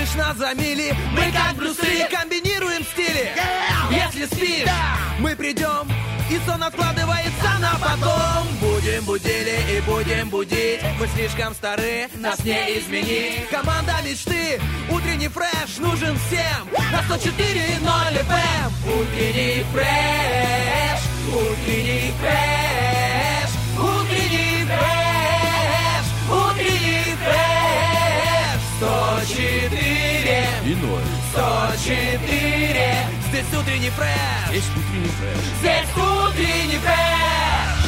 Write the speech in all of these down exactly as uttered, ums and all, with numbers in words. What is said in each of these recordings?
лишь нас за мили. Мы как Брюсы, комбинируем стили. Если спишь, мы придем, и сон откладывается на потом. Будем будили и будем будить. Мы слишком стары, нас не изменить. Команда мечты, утренний фреш нужен всем. На сто четыре ноль эф эм. Утренний фреш, утренний фреш, утренний фреш, утренний фреш. Сто четыре и ноль. Сто четыре. Здесь утренний фреш. Здесь утренний фреш. Здесь утренний фреш.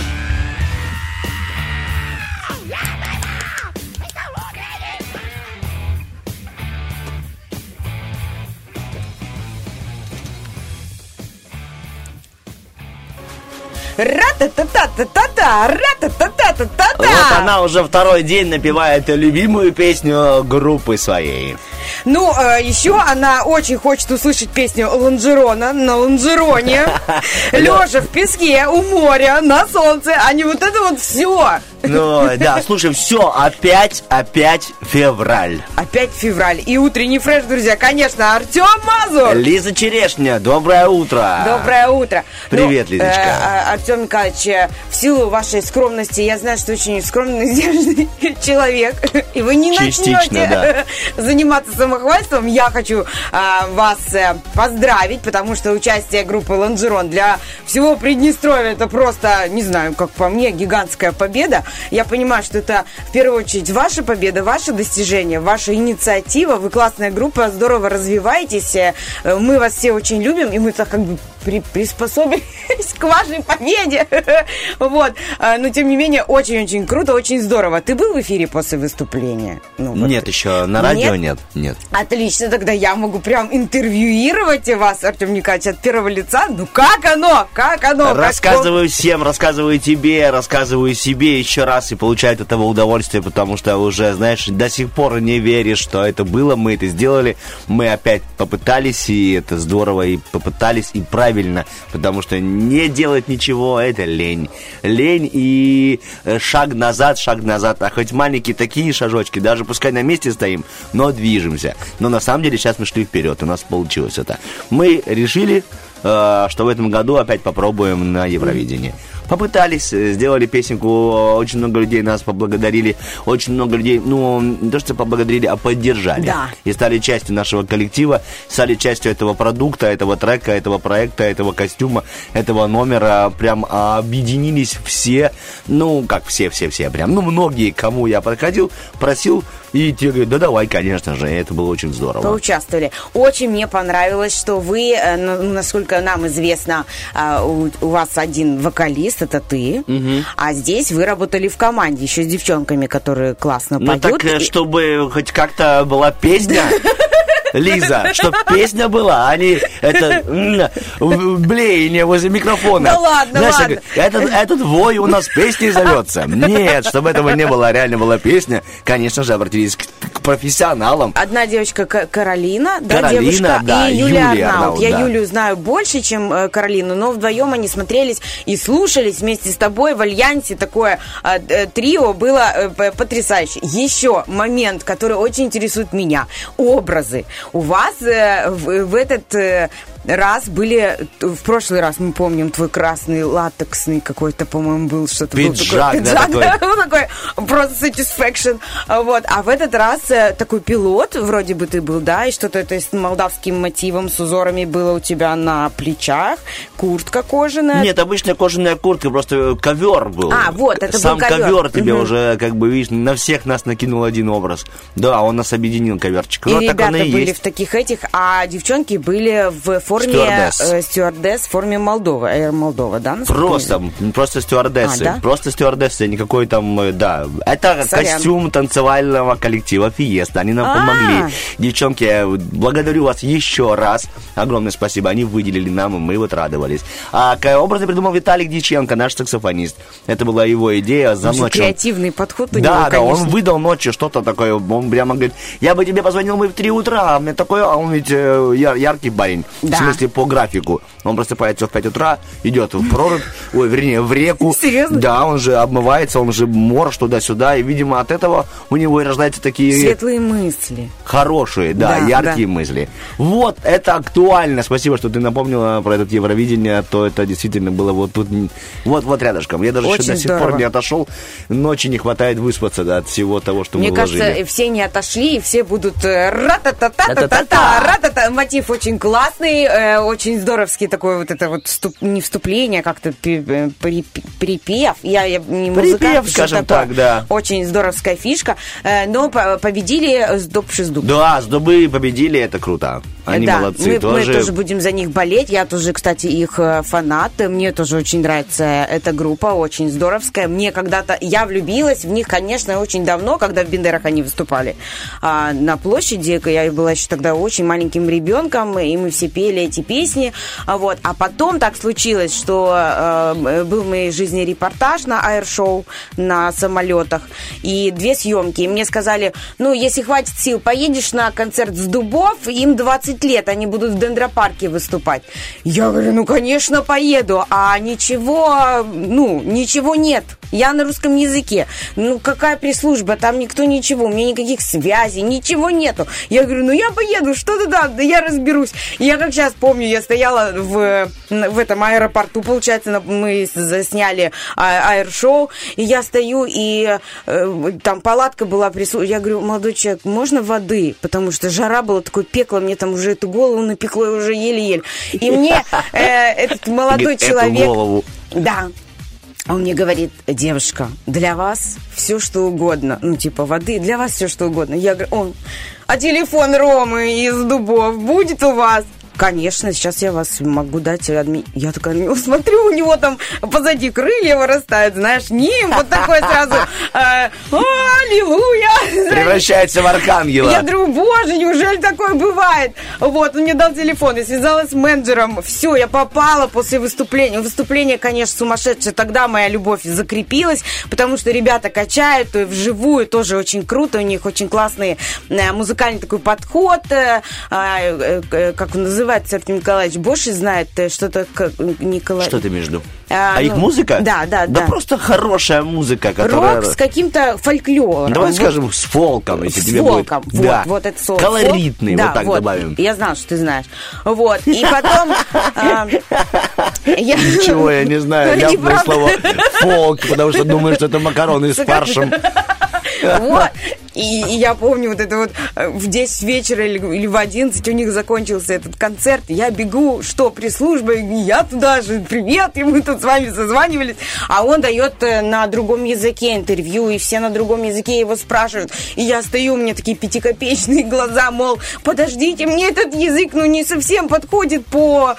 Ра-та-та-та-та-та-та, ра-та-та-та-та-та-та. Вот она уже второй день напевает любимую песню группы своей. Ну, э, еще она очень хочет услышать песню Лонжерона на лонжероне. Лежа в песке, у моря, на солнце, а не вот это вот все. Ну, да, слушай, все, опять, опять февраль. Опять февраль. И утренний фреш, друзья, конечно, Артем Мазур. Лиза Черешня, доброе утро. Доброе утро. Привет, ну, Лизочка. Э, Артем Николаевич, в силу вашей скромности, я знаю, что очень скромный, сдержанный человек, и вы не Частично, начнете да. заниматься самохвальством. Я хочу а, вас а, поздравить, потому что участие группы Лонжерон для всего Приднестровья — это просто, не знаю, как по мне, гигантская победа. Я понимаю, что это в первую очередь ваша победа, ваше достижение, ваша инициатива. Вы классная группа, здорово развиваетесь. Мы вас все очень любим, и мы так как бы при, приспособились к вашей победе. Вот. Но, тем не менее, очень-очень круто, очень здорово. Ты был в эфире после выступления? Ну, вот. Нет, еще на радио нет? Нет. Отлично, тогда я могу прям интервьюировать вас, Артем Николаевич, от первого лица. Ну, как оно? Как оно? Рассказываю как... всем, рассказываю тебе, рассказываю себе еще раз и получаю от этого удовольствие, потому что уже, знаешь, до сих пор не веришь, что это было, мы это сделали, мы опять попытались, и это здорово, и попытались, и правильно, потому что не делать ничего — это лень. Лень и шаг назад, шаг назад, а хоть маленькие такие шажочки, даже пускай на месте стоим, но движемся. Но на самом деле сейчас мы шли вперед, у нас получилось это. Мы решили, что в этом году опять попробуем на Евровидении. Попытались, сделали песенку, очень много людей нас поблагодарили, очень много людей, ну, не то что поблагодарили, а поддержали. Да. И стали частью нашего коллектива, стали частью этого продукта, этого трека, этого проекта, этого костюма, этого номера. Прям объединились все, ну, как все-все-все, прям, ну, многие, кому я подходил, просил, и те говорят, да давай, конечно же, это было очень здорово. Поучаствовали. Очень мне понравилось, что вы, насколько нам известно, у вас один вокалист, это ты, угу. А здесь вы работали в команде еще с девчонками, которые классно поют. Ну так, чтобы хоть как-то была песня... Лиза, чтоб песня была, а не это блеяние возле микрофона. Да ладно, знаешь, ладно. Этот, этот вой у нас песней зовется. Нет, чтобы этого не было, реально была песня, конечно же, обратились к, к профессионалам. Одна девочка Каролина, да, Каролина, девушка, да, и Юлия, Юлия Арнаут. Арнаут. Я да. Юлию знаю больше, чем э, Каролину, но вдвоем они смотрелись и слушались вместе с тобой в альянсе. Такое э, трио было э, потрясающе. Еще момент, который очень интересует меня. Образы. У вас э, в, в этот э, раз были... В прошлый раз, мы помним, твой красный латексный какой-то, по-моему, был что-то... Пиджак, был такой, да, пиджак, такой. Да, был такой просто satisfaction. Вот. А в этот раз э, такой пилот, вроде бы ты был, да, и что-то это с молдавским мотивом, с узорами было у тебя на плечах, куртка кожаная. Нет, обычная кожаная куртка, просто ковер был. А, вот, это Сам был ковер. ковер тебе угу. уже, как бы, видишь, на всех нас накинул один образ. Да, он нас объединил, коверчик. И ну, ребята так оно и были есть. в таких этих, а девчонки были в форме Стюардесс. э, стюардесс, в форме Молдова, Air Молдова, да? Просто, просто стюардессы. А, да? Просто стюардессы, никакой там, э, да. Это Сорян. Костюм танцевального коллектива Фиеста. Они нам А-а-а. помогли. Девчонки, благодарю вас еще раз. Огромное спасибо. Они выделили нам, и мы вот радовались. А образы придумал Виталик Дьяченко, наш саксофонист. Это была его идея. За ночью. Креативный подход у да, него, да, конечно. он выдал ночью что-то такое. Он прямо говорит, я бы тебе позвонил бы в три утра. А мне такое, а он ведь э, яр, яркий парень. Да. в смысле по графику. Он просыпается в пять утра, идет в прорубь, ой, вернее, в реку. Серьезно? Да, он же обмывается, он же морж туда-сюда, и, видимо, от этого у него и рождаются такие... Светлые мысли. Хорошие, да, да яркие да. мысли. Вот, это актуально. Спасибо, что ты напомнила про этот Евровидение, то это действительно было вот тут, вот, вот рядышком. Я даже Очень еще до сих здорово. пор не отошел. Ночи не хватает выспаться, да, от всего того, что Мне мы кажется, вложили. все не отошли, и все будут э, ра-та-та-та-та-та-та, ра-та-та. Мотив очень классный, э, очень здоровский такой вот это вот вступ, не вступление, как-то пи- при- припев. Я, я не музыкант, Припев, что скажем такое. так, да. Очень здоровская фишка, э, но по- победили Сдоб-Шиздуб. Да, Сдобы победили, это круто. Они да, молодцы. мы, тоже... мы тоже будем за них болеть. Я тоже, кстати, их э, фанат. Мне тоже очень нравится эта группа, очень здоровская. Мне когда-то... Я влюбилась в них, конечно, очень давно, когда в Бендерах они выступали а, на площади. Я была еще тогда очень маленьким ребенком, и мы все пели эти песни. А, вот. а потом так случилось, что э, был в моей жизни репортаж на аэр-шоу на самолетах, и две съемки. И мне сказали, ну, если хватит сил, поедешь на концерт с Дубов, им двадцать лет, они будут в Дендропарке выступать. Я говорю, ну, конечно, поеду. А ничего, ну, ничего нет. Я на русском языке. Ну, какая пресс-служба? Там никто ничего. У меня никаких связей, ничего нету. Я говорю, ну, я поеду, что ты там? Да я разберусь. И я как сейчас помню, я стояла в, в этом аэропорту, получается, мы засняли а- аэр-шоу, и я стою, и э, там палатка была присутствовала. Я говорю, молодой человек, можно воды? Потому что жара была, такое пекло, мне там уже эту голову напекло, и уже еле-еле. И мне э, этот молодой Эту человек... голову. Да. Он мне говорит, девушка, для вас все что угодно. Ну, типа воды, для вас все что угодно. Я говорю, он, а телефон Ромы из Дубов будет у вас? Конечно, сейчас я вас могу дать. Адми... Я такая на него смотрю, у него там позади крылья вырастают, знаешь, ним вот такой сразу э, аллилуйя. Превращается в архангела. Я думаю, боже, неужели такое бывает? Вот, он мне дал телефон, я связалась с менеджером. Все, я попала после выступления. Выступление, конечно, сумасшедшее. Тогда моя любовь закрепилась, потому что ребята качают вживую, тоже очень круто. У них очень классный э, музыкальный такой подход, э, э, э, как он называется, Артем Николаевич больше знает, что-то Николай... Что ты между? А, а ну, их музыка? Да, да, да. Да просто хорошая музыка, которая... Рок с каким-то фольклором. Давай вот. скажем, с фолком, если с тебе фолком. будет... Вот, да. вот это слово. Колоритный, фолк. вот так да, вот. добавим. Я знала, что ты знаешь. Вот, и потом... Ничего, я не знаю, ляпнул слово фолк, потому что думаю, что это макароны с фаршем. Вот. И, и я помню, вот это вот в десять вечера или, или в одиннадцать у них закончился этот концерт. Я бегу, что, пресс-служба, я туда же, привет, и мы тут с вами созванивались. А он дает на другом языке интервью, и все на другом языке его спрашивают. И я стою, у меня такие пятикопеечные глаза, мол, подождите, мне этот язык, ну, не совсем подходит по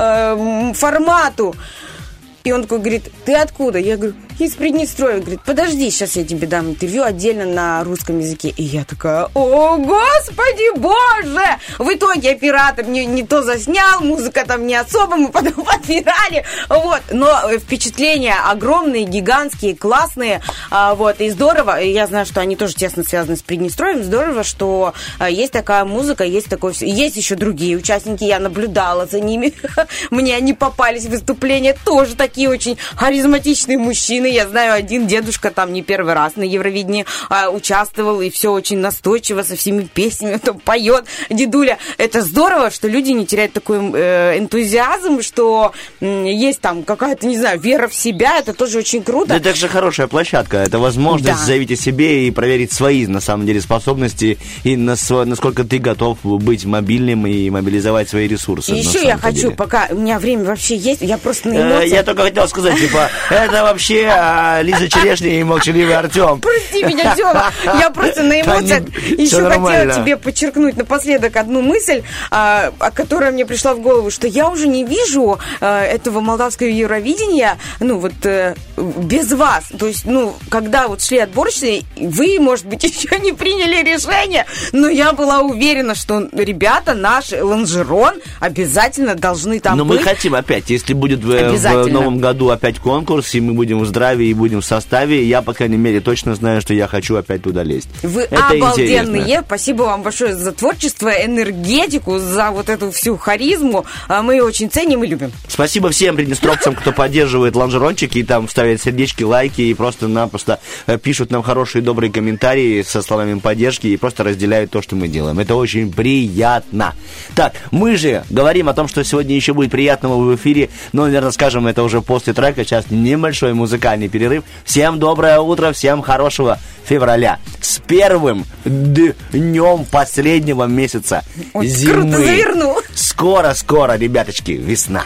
э, формату. И он такой говорит, ты откуда? Я говорю, из Приднестровья. Говорит, подожди, сейчас я тебе дам интервью отдельно на русском языке. И я такая, о, господи боже! В итоге оператор не, не то заснял, музыка там не особо, мы потом отбирали. Вот. Но впечатления огромные, гигантские, классные. А, вот. И здорово, я знаю, что они тоже тесно связаны с Приднестровьем. Здорово, что а, есть такая музыка, есть такое все. Есть еще другие участники, я наблюдала за ними. Мне они попались в выступления тоже такие. Такие очень харизматичные мужчины. Я знаю, один дедушка там не первый раз на Евровидении а, участвовал, и все очень настойчиво со всеми песнями там поет. Дедуля, это здорово, что люди не теряют такой э, энтузиазм, что э, есть там какая-то, не знаю, вера в себя. Это тоже очень круто. Да, это же хорошая площадка. Это возможность да. заявить о себе и проверить свои, на самом деле, способности и насколько ты готов быть мобильным и мобилизовать свои ресурсы. И еще я хочу, деле. пока у меня время вообще есть, я просто на эмоциях... Я только хотел сказать, типа, это вообще а, Лиза Черешня и молчаливый Артем. Прости меня, Тёма. Я просто на эмоциях еще хотела тебе подчеркнуть напоследок одну мысль, а, которая мне пришла в голову, что я уже не вижу а, этого молдавского Евровидения, ну, вот, а, без вас. То есть, ну, когда вот шли отборочные, вы, может быть, еще не приняли решение, но я была уверена, что ребята, наш Лонжерон обязательно должны там но быть. Но мы хотим опять, если будет в, в новом году опять конкурс, и мы будем в здравии здравии и будем в составе. Я, по крайней мере, точно знаю, что я хочу опять туда лезть. Вы Это обалденные. интересно. Спасибо вам большое за творчество, энергетику, за вот эту всю харизму. Мы ее очень ценим и любим. Спасибо всем приднестровцам, кто поддерживает лонжерончики и там ставит сердечки, лайки и просто-напросто пишут нам хорошие, добрые комментарии со словами поддержки и просто разделяют то, что мы делаем. Это очень приятно. Так, мы же говорим о том, что сегодня еще будет приятного в эфире, но, наверное, скажем, это уже после трека. Сейчас небольшой музыкальный перерыв. Всем доброе утро, всем хорошего февраля. С первым днем последнего месяца Ой, зимы. Круто завернул. Скоро-скоро, ребяточки, весна.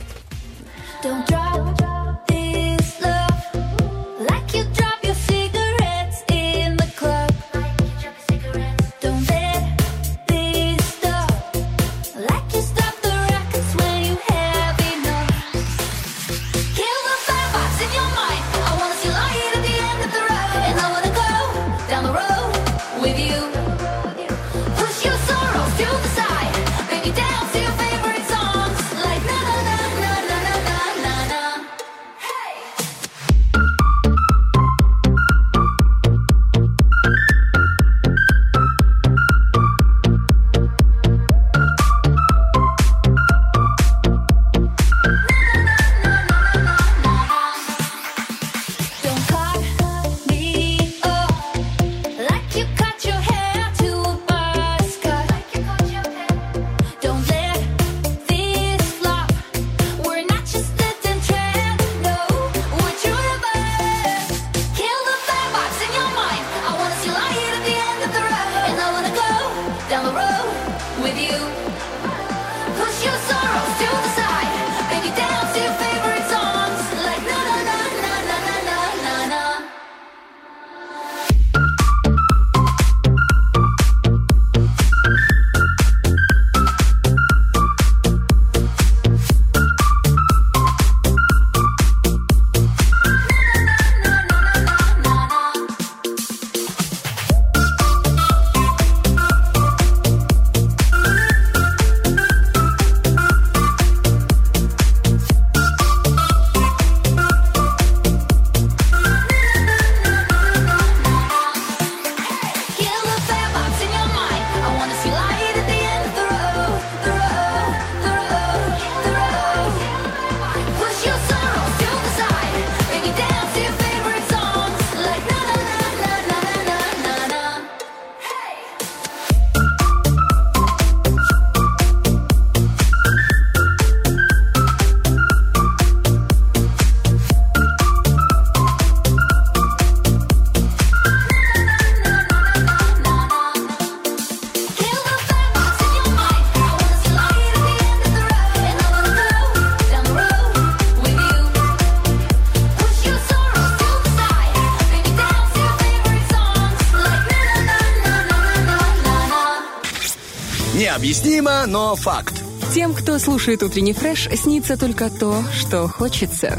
Необъяснимо, но факт. Тем, кто слушает утренний фреш, снится только то, что хочется.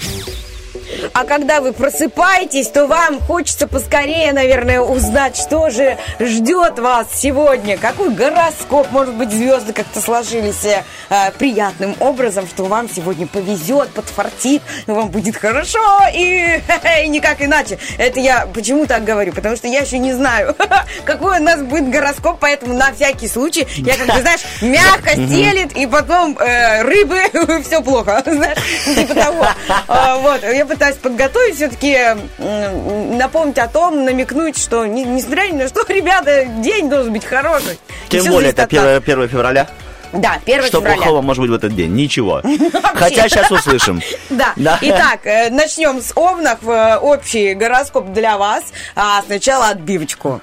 А когда вы просыпаетесь, то вам хочется поскорее, наверное, узнать, что же ждет вас сегодня. Какой гороскоп, может быть, звезды как-то сложились э, приятным образом, что вам сегодня повезет, подфартит, вам будет хорошо и, и никак иначе. Это я почему так говорю? Потому что я еще не знаю, какой у нас будет гороскоп, поэтому на всякий случай я, как бы, знаешь, мягко стелит, и потом э, рыбы, все плохо, знаешь, типа того. А, вот, я пытаюсь подготовить, все-таки напомнить о том, намекнуть, что, не, несмотря ни на что, ребята, день должен быть хороший. Тем более, это первое февраля. Да, первое Что февраля. Что плохого может быть в этот день? Ничего. Хотя сейчас услышим. Да. да. Итак, начнем с овнов. Общий гороскоп для вас. А сначала отбивочку.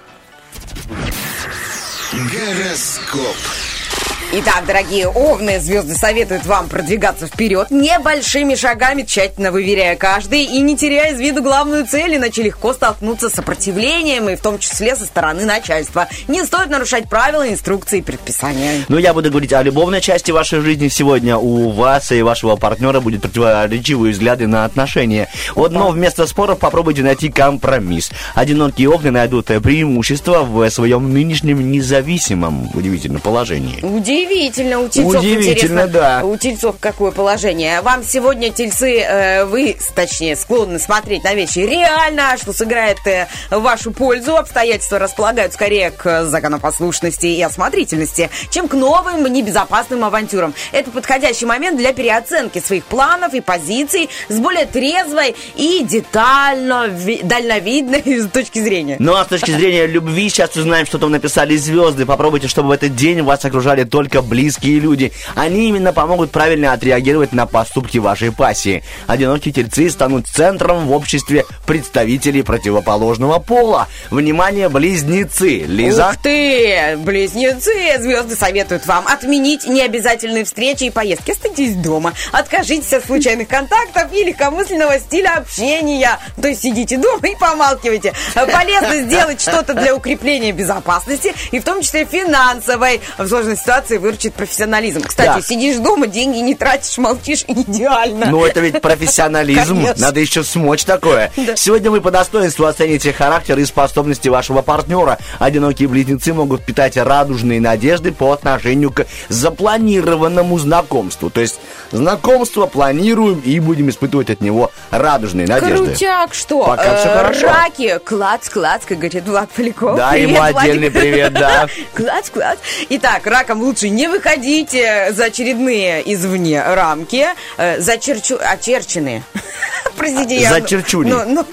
Гороскоп. Итак, дорогие овны, звезды советуют вам продвигаться вперед небольшими шагами, тщательно выверяя каждый и не теряя из виду главную цель, иначе легко столкнуться с сопротивлением, и в том числе со стороны начальства. Не стоит нарушать правила, инструкции и предписания. Ну, я буду говорить о любовной части вашей жизни. Сегодня у вас и вашего партнера будет противоречивые взгляды на отношения. Вот, но вместо споров попробуйте найти компромисс. Одинокие овны найдут преимущество в своем нынешнем независимом, удивительном положении. Удивительно. Удивительно, у тельцов Удивительно, интересно, да. у тельцов какое положение. Вам сегодня, тельцы, э, вы, точнее, склонны смотреть на вещи реально, что сыграет э, в вашу пользу. Обстоятельства располагают скорее к законопослушности и осмотрительности, чем к новым небезопасным авантюрам. Это подходящий момент для переоценки своих планов и позиций с более трезвой и детально, ви- дальновидной точки зрения. Ну а с точки зрения любви, сейчас узнаем, что там написали звезды. Попробуйте, чтобы в этот день вас окружали только близкие люди. Они именно помогут правильно отреагировать на поступки вашей пассии. Одинокие тельцы станут центром в обществе представителей противоположного пола. Внимание, близнецы. Лиза? Ух ты! Близнецы! Звезды советуют вам отменить необязательные встречи и поездки. Оставайтесь дома. Откажитесь от случайных контактов и легкомысленного стиля общения. То есть сидите дома и помалкивайте. Полезно сделать что-то для укрепления безопасности и в том числе финансовой. В сложной ситуации выручит профессионализм. Кстати, Да. сидишь дома, деньги не тратишь, молчишь, идеально. Ну, это ведь профессионализм. Конечно. Надо еще смочь такое. Да. Сегодня вы по достоинству оцените характер и способности вашего партнера. Одинокие близнецы могут питать радужные надежды по отношению к запланированному знакомству. То есть знакомство планируем и будем испытывать от него радужные надежды. Крутяк, что? Пока всё Э, хорошо. Раки, клац, клац, как говорит Влад Поляков. Да, Привет, ему Владик. отдельный привет, да. Клац, клац. Итак, ракам лучше не выходите за очередные извне рамки, э, зачерчу... очерченные. Простите, я... Зачерчули. Ну, ну,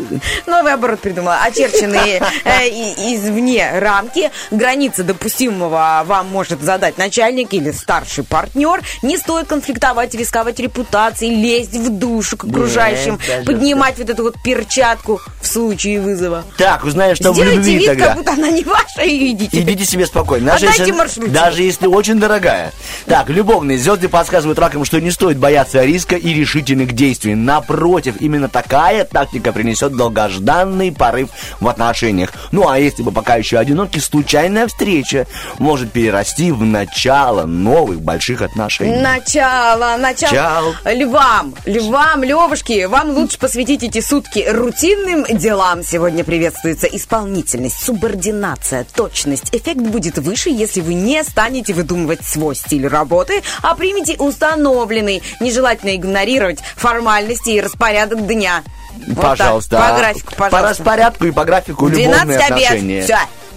новый оборот придумала. Очерченные э, и- извне рамки. Границы допустимого вам может задать начальник или старший партнер. Не стоит конфликтовать, рисковать репутацией, лезть в душу к окружающим, даже поднимать вот эту вот перчатку в случае вызова. Так, узнаем, что в Сделайте любви вид, тогда. как будто она не ваша, и идите. Идите себе спокойно. Даже Отдайте если, маршрутку. даже если очень дорогая. Так, любовные звезды подсказывают ракам, что не стоит бояться риска и решительных действий. Напротив, именно такая тактика принесет долгожданный порыв в отношениях. Ну, а если вы пока еще одиноки, случайная встреча может перерасти в начало новых больших отношений. Начало, начало. Чао. Львам, львам, левушки, вам лучше посвятить эти сутки рутинным делам. Сегодня приветствуется исполнительность, субординация, точность. Эффект будет выше, если вы не станете выдумывать свой стиль работы, а примете установленный. Нежелательно игнорировать формальности и распорядок дня. Вот Пожалуйста. так, по графику, По пожалуйста. распорядку и по графику любовные двенадцать отношения. обед. Все.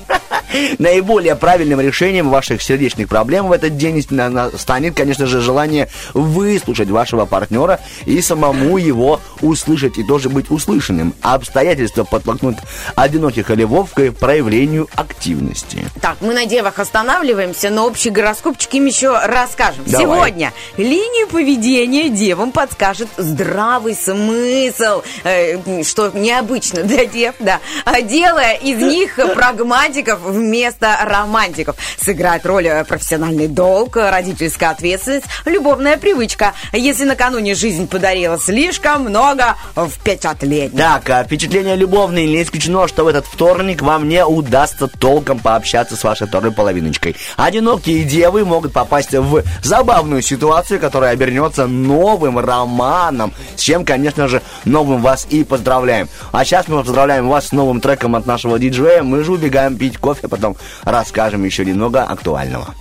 Наиболее правильным решением ваших сердечных проблем в этот день на- на- станет, конечно же, желание выслушать вашего партнера и самому его услышать, и тоже быть услышанным. Обстоятельства подтолкнут одиноких львов к проявлению активности. Так, мы на девах останавливаемся, но общий гороскопчик им еще расскажем. Давай. Сегодня линию поведения девам подскажет здравый смысл, э, что необычно для дев, да, а делая из них прагматиков вместо романтиков. Сыграет роль э, профессиональный долг, родительская ответственность, любовная привычка. Если накануне жизнь подарила слишком много впечатлений. Так, а впечатления любовные, не исключено, что в этот вторник вам не удастся толком пообщаться с вашей второй половиночкой. Одинокие девы могут попасть в забавную ситуацию, которая обернется новым романом, с чем, конечно же, новым вас и поздравляем. А сейчас мы поздравляем вас с новым треком от нашего диджея. Мы же убегаем пить кофе, потом расскажем еще немного актуального.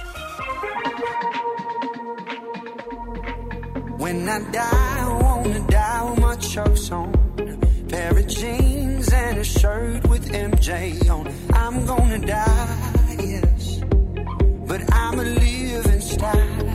When I die, I wanna die with my chucks on. Pair of jeans and a shirt with M J on. I'm gonna die, yes, but I'ma live in style.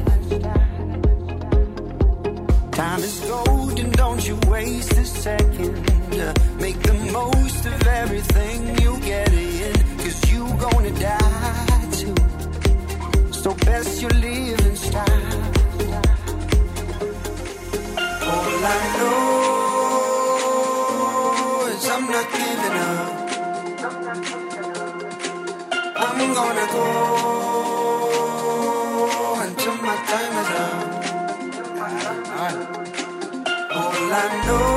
Time is gold and don't you waste a second. Uh, make the most of everything you get in, cause you gonna die too. So best you live in style. All I know is I'm not giving up. I'm gonna go until my time is up. All I know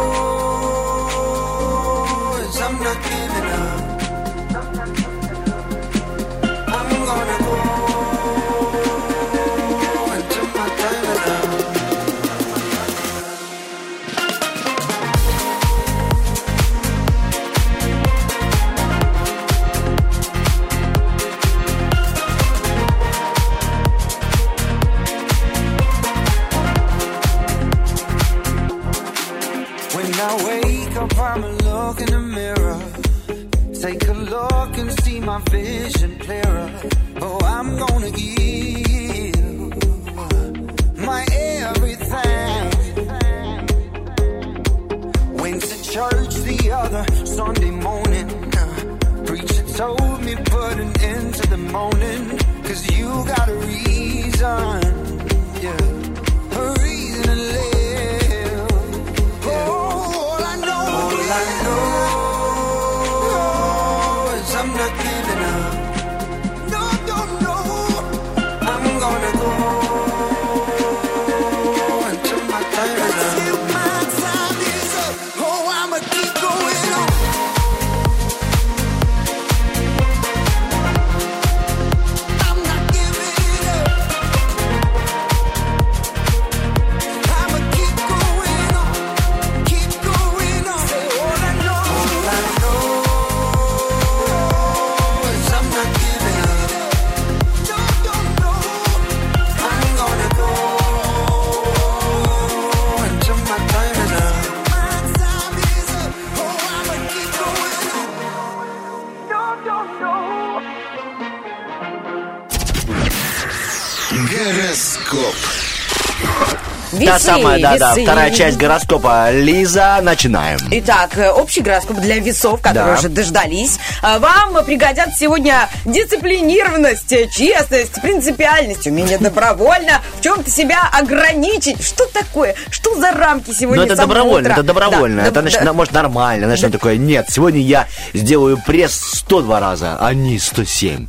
is I'm not giving up. I'm gonna go until my time is up. wake up, I'ma look in the mirror. Take a look and see my vision clearer. Oh, I'm gonna give you my everything. Went to church the other Sunday morning. Preacher told me put an end to the moaning. Cause you got a reason, yeah, a reason to live. Oh, all I know, all I know is I'm not giving up. No, no, no, I'm gonna go until my time is up. Until my time is up. Oh, I'ma keep going on. I'm not giving up. I'ma keep going on, keep going on. Say all I know, all I know is I'm not giving up. No, no, no, I'm gonna go until my time is up. My time is up. Oh, I'ma keep going on. No, no, no. Гороскоп. Весы, Та самая, да-да, весы. вторая часть гороскопа. Лиза, начинаем. Итак, э, общий гороскоп для весов, которые Да. уже дождались. А, Вам пригодятся сегодня дисциплинированность, честность, принципиальность, умение добровольно в чем-то себя ограничить. Что такое? Что за рамки сегодня? Ну, это с самого добровольно, утра? это добровольно. Да, это, да, значит, да. может, нормально. Значит, он такой, нет, сегодня я сделаю пресс сто два раза, а не сто семь.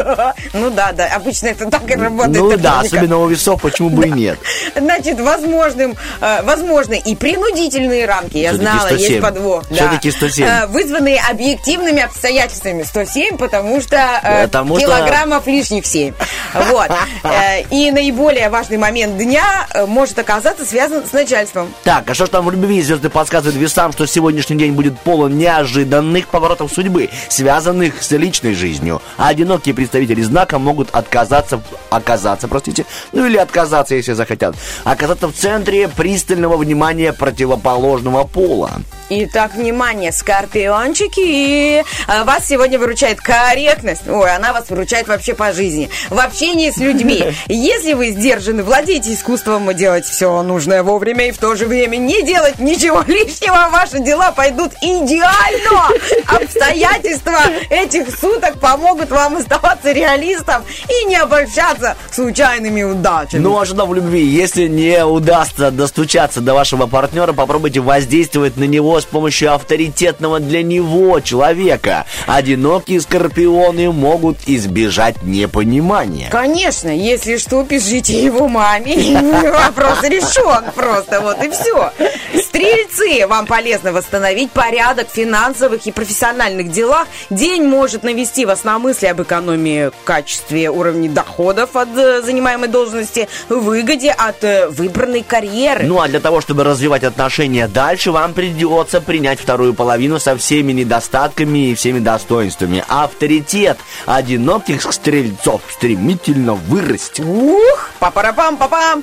Ну да, да, обычно это так и работает. Ну это да, наверняка. особенно у весов, почему бы и нет. Значит, возможным, э, возможны и принудительные рамки. Я Всё-таки знала, сто семь. есть подвох. да. Всё-таки сто семь. Э, вызванные объективными обстоятельствами. сто семь, потому что, э, Потому что- килограммов лишних семь. Вот. Э, И наиболее важный момент дня э, может оказаться связан с начальством. Так, а что ж там в любви? Звезды подсказывают весам, что сегодняшний день будет полон неожиданных поворотов судьбы, связанных с личной жизнью. А одинокие представители знака могут отказаться, оказаться, простите, ну или отказаться, если захотят, оказаться в центре пристального внимания противоположного пола. Итак, внимание, скорпиончики, э, вас сегодня выручает корректность. Ой, она вас выручает вообще по жизни. В общении с людьми. Если вы сдержаны, владеете искусством делать все нужное вовремя и в то же время не делать ничего лишнего, ваши дела пойдут идеально. Обстоятельства этих суток помогут вам оставаться реалистом и не обольщаться случайными удачами. Ну, а что там в любви? Если не удастся достучаться до вашего партнера, попробуйте воздействовать на него с помощью авторитетного для него человека. Одинокие скорпионы могут избежать непонимания. Конечно, если что, пишите его маме. Вопрос решен просто, вот и все. Стрельцы, вам полезно восстановить порядок в финансовых и профессиональных делах. День может навести вас на мысли об экономии, качестве, уровне доходов от э, занимаемой должности, выгоде от э, выбранной карьеры. Ну, а для того, чтобы развивать отношения дальше, вам придется принять вторую половину со всеми недостатками и всеми достоинствами. Авторитет одиноких стрельцов стремительно вырастет. Ух, папарапам-папам,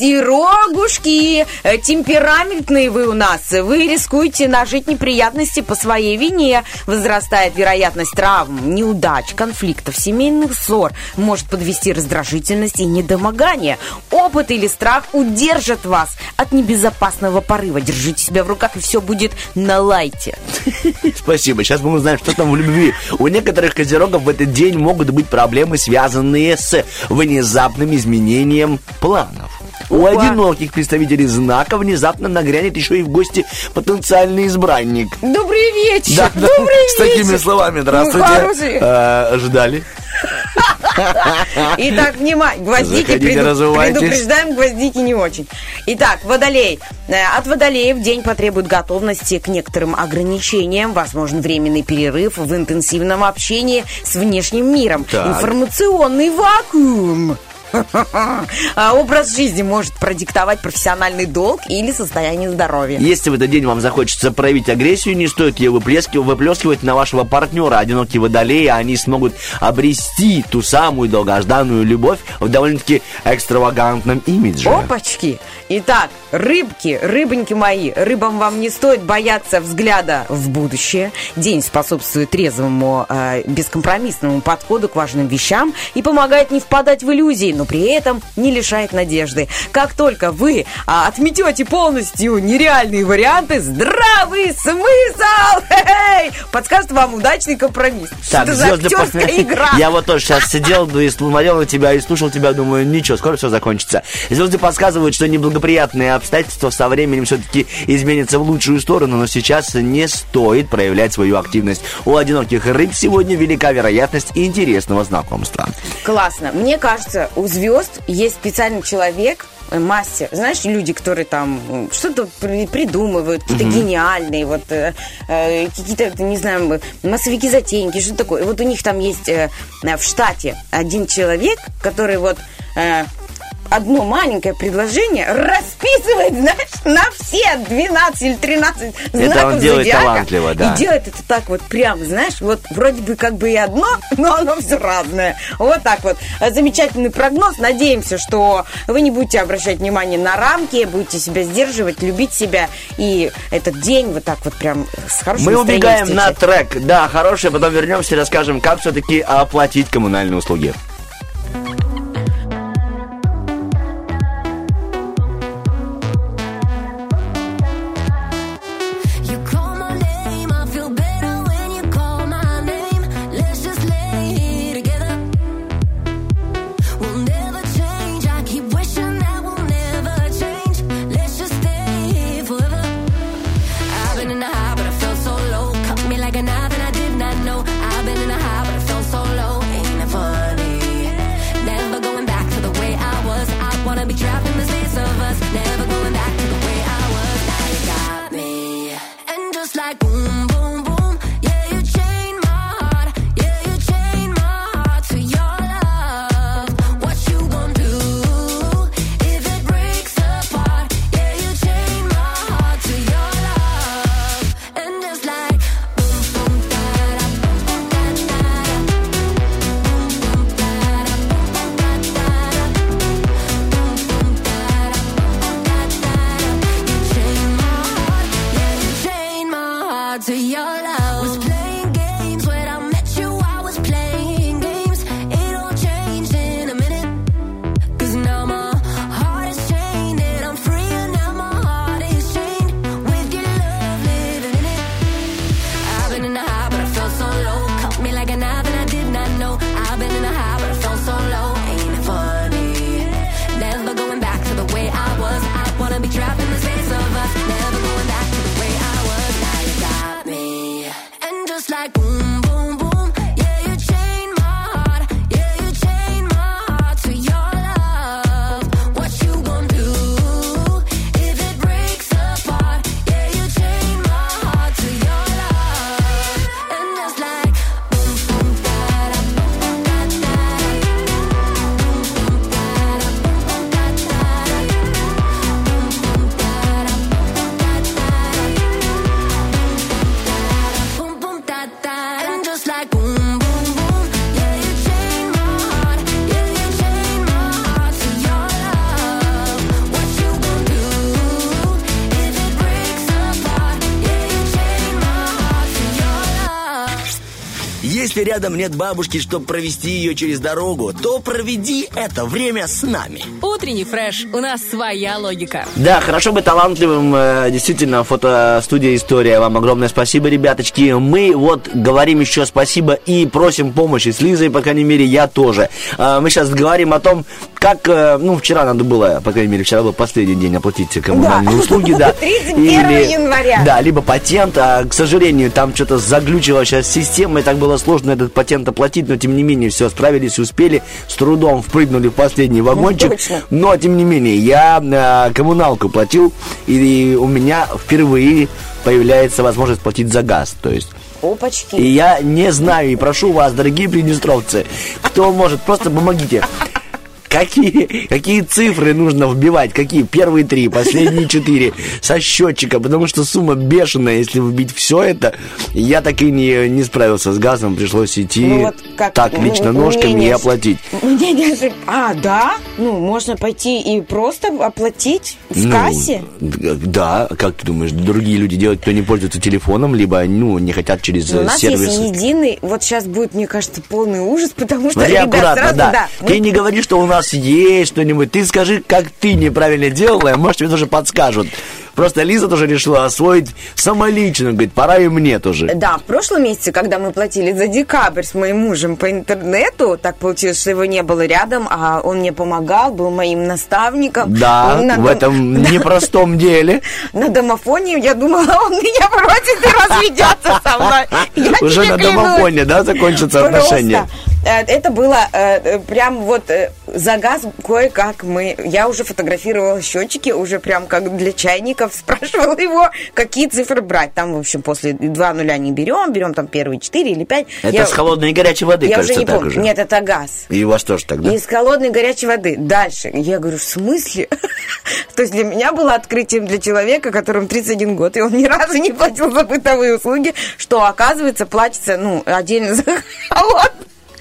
козерогушки, э, темпераментные вы у нас. Вы рискуете нажить неприятности по своей вине. Возрастает вероятность травм, неудач, конфликтов, семейных ссор. Может подвести раздражительность и недомогание. Опыт или страх удержат вас от небезопасного порыва. Держите себя в руках, и все будет на лайте. Спасибо. Сейчас мы узнаем, что там в любви. У некоторых козерогов в этот день могут быть проблемы, связанные с внезапным изменением планов. У Опа. одиноких представителей знака внезапно нагрянет еще и в гости потенциальный избранник. Добрый вечер! Да, да, Добрый с такими вечер. словами. Ну, Здравствуйте. хороший. Э, ждали. Итак, внимание, гвоздики, Заходите, преду- разувайтесь. предупреждаем, гвоздики не очень. Итак, водолей. Э, От водолеев день потребует готовности к некоторым ограничениям. Возможен временный перерыв в интенсивном общении с внешним миром. Так. Информационный вакуум. Образ жизни может продиктовать профессиональный долг или состояние здоровья. Если в этот день вам захочется проявить агрессию, не стоит ее выплескивать, выплескивать на вашего партнера. Одинокие водолеи, они смогут обрести ту самую долгожданную любовь в довольно-таки экстравагантном имидже. Опачки! Итак, рыбки, рыбоньки мои, рыбам вам не стоит бояться взгляда в будущее. День способствует трезвому, э, бескомпромиссному подходу к важным вещам и помогает не впадать в иллюзии, но при этом не лишает надежды. Как только вы а, отметете полностью нереальные варианты, здравый смысл хе-хей, подскажет вам удачный компромисс. Так, что за актерская по... игра? Я вот тоже сейчас сидел и смотрел на тебя и слушал тебя, думаю, ничего, скоро все закончится. Звезды подсказывают, что неблагоприятные обстоятельства со временем все-таки изменятся в лучшую сторону, но сейчас не стоит проявлять свою активность. У одиноких рыб сегодня велика вероятность интересного знакомства. Классно. Мне кажется, у звезд есть специальный человек, мастер. Знаешь, люди, которые там что-то придумывают, какие-то mm-hmm. гениальные, вот э, э, какие-то, не знаю, массовики-затейники, что такое. Вот у них там есть э, в штате один человек, который вот... Э, одно маленькое предложение расписывает, знаешь, на все двенадцать или тринадцать знаков это он делает зодиака, талантливо, да. И делает это так вот прям, знаешь, вот вроде бы как бы и одно, но оно все разное. Вот так вот. Замечательный прогноз. Надеемся, что вы не будете обращать внимание на рамки, будете себя сдерживать, любить себя. И этот день вот так вот прям с хорошим Мы настроением убегаем встречать. на трек. Да, хороший, потом вернемся и расскажем, как все-таки оплатить коммунальные услуги. Если рядом нет бабушки, чтобы провести ее через дорогу, то проведи это время с нами. Утренний фреш. У нас своя логика. Да, хорошо быть талантливым. Действительно, фотостудия «История». Вам огромное спасибо, ребяточки. Мы вот говорим еще спасибо и просим помощи с Лизой, по крайней мере, я тоже. Мы сейчас говорим о том, как, ну, вчера надо было, по крайней мере, вчера был последний день оплатить коммунальные да. услуги, да. тридцать первого января. Да, либо патент, а, к сожалению, там что-то заглючила сейчас система, и так было сложно этот патент оплатить, но, тем не менее, все, справились, успели, с трудом впрыгнули в последний вагончик. Ну, но, тем не менее, я а, коммуналку платил, и, и у меня впервые появляется возможность платить за газ, то есть... Опачки. И я не знаю, и прошу вас, дорогие приднестровцы, кто может, просто помогите. какие, какие цифры нужно вбивать, какие первые три, последние четыре со счетчика, потому что сумма бешеная, если вбить все это. Я так и не, не справился с газом, пришлось идти ну, вот как, так лично ну, ножками не, не, и оплатить. Не, не, а, да? Ну, можно пойти и просто оплатить в ну, кассе? Да, как ты думаешь, другие люди делают, кто не пользуется телефоном, либо, ну, не хотят через сервис. У нас сервисы. Есть единый, вот сейчас будет, мне кажется, полный ужас, потому что, смотри, ребят, аккуратно, сразу, да. да. Ты не говори, что у нас есть что-нибудь, ты скажи, как ты неправильно делала, может, тебе тоже подскажут. Просто Лиза тоже решила освоить самолично. Говорит, пора и мне тоже. Да, в прошлом месяце, когда мы платили за декабрь с моим мужем по интернету, так получилось, что его не было рядом, а он мне помогал, был моим наставником. Да, он в дом... этом непростом деле. На домофоне я думала, он меня бросит и разведется со мной. Уже на домофоне, да, закончатся отношения? Это было э, прям вот э, за газ кое-как мы... Я уже фотографировала счетчики, уже прям как для чайников, спрашивала его, какие цифры брать. Там, в общем, после два нуля не берем, берем там первые четыре или пять. Это я, с холодной и горячей воды, я кажется, уже не так помню. уже. Нет, это газ. И у вас тоже так, да? И с холодной и горячей воды. Дальше. Я говорю, в смысле? То есть для меня было открытием для человека, которому тридцать один год, и он ни разу не платил за бытовые услуги, что, оказывается, платится, ну, отдельно за холодную.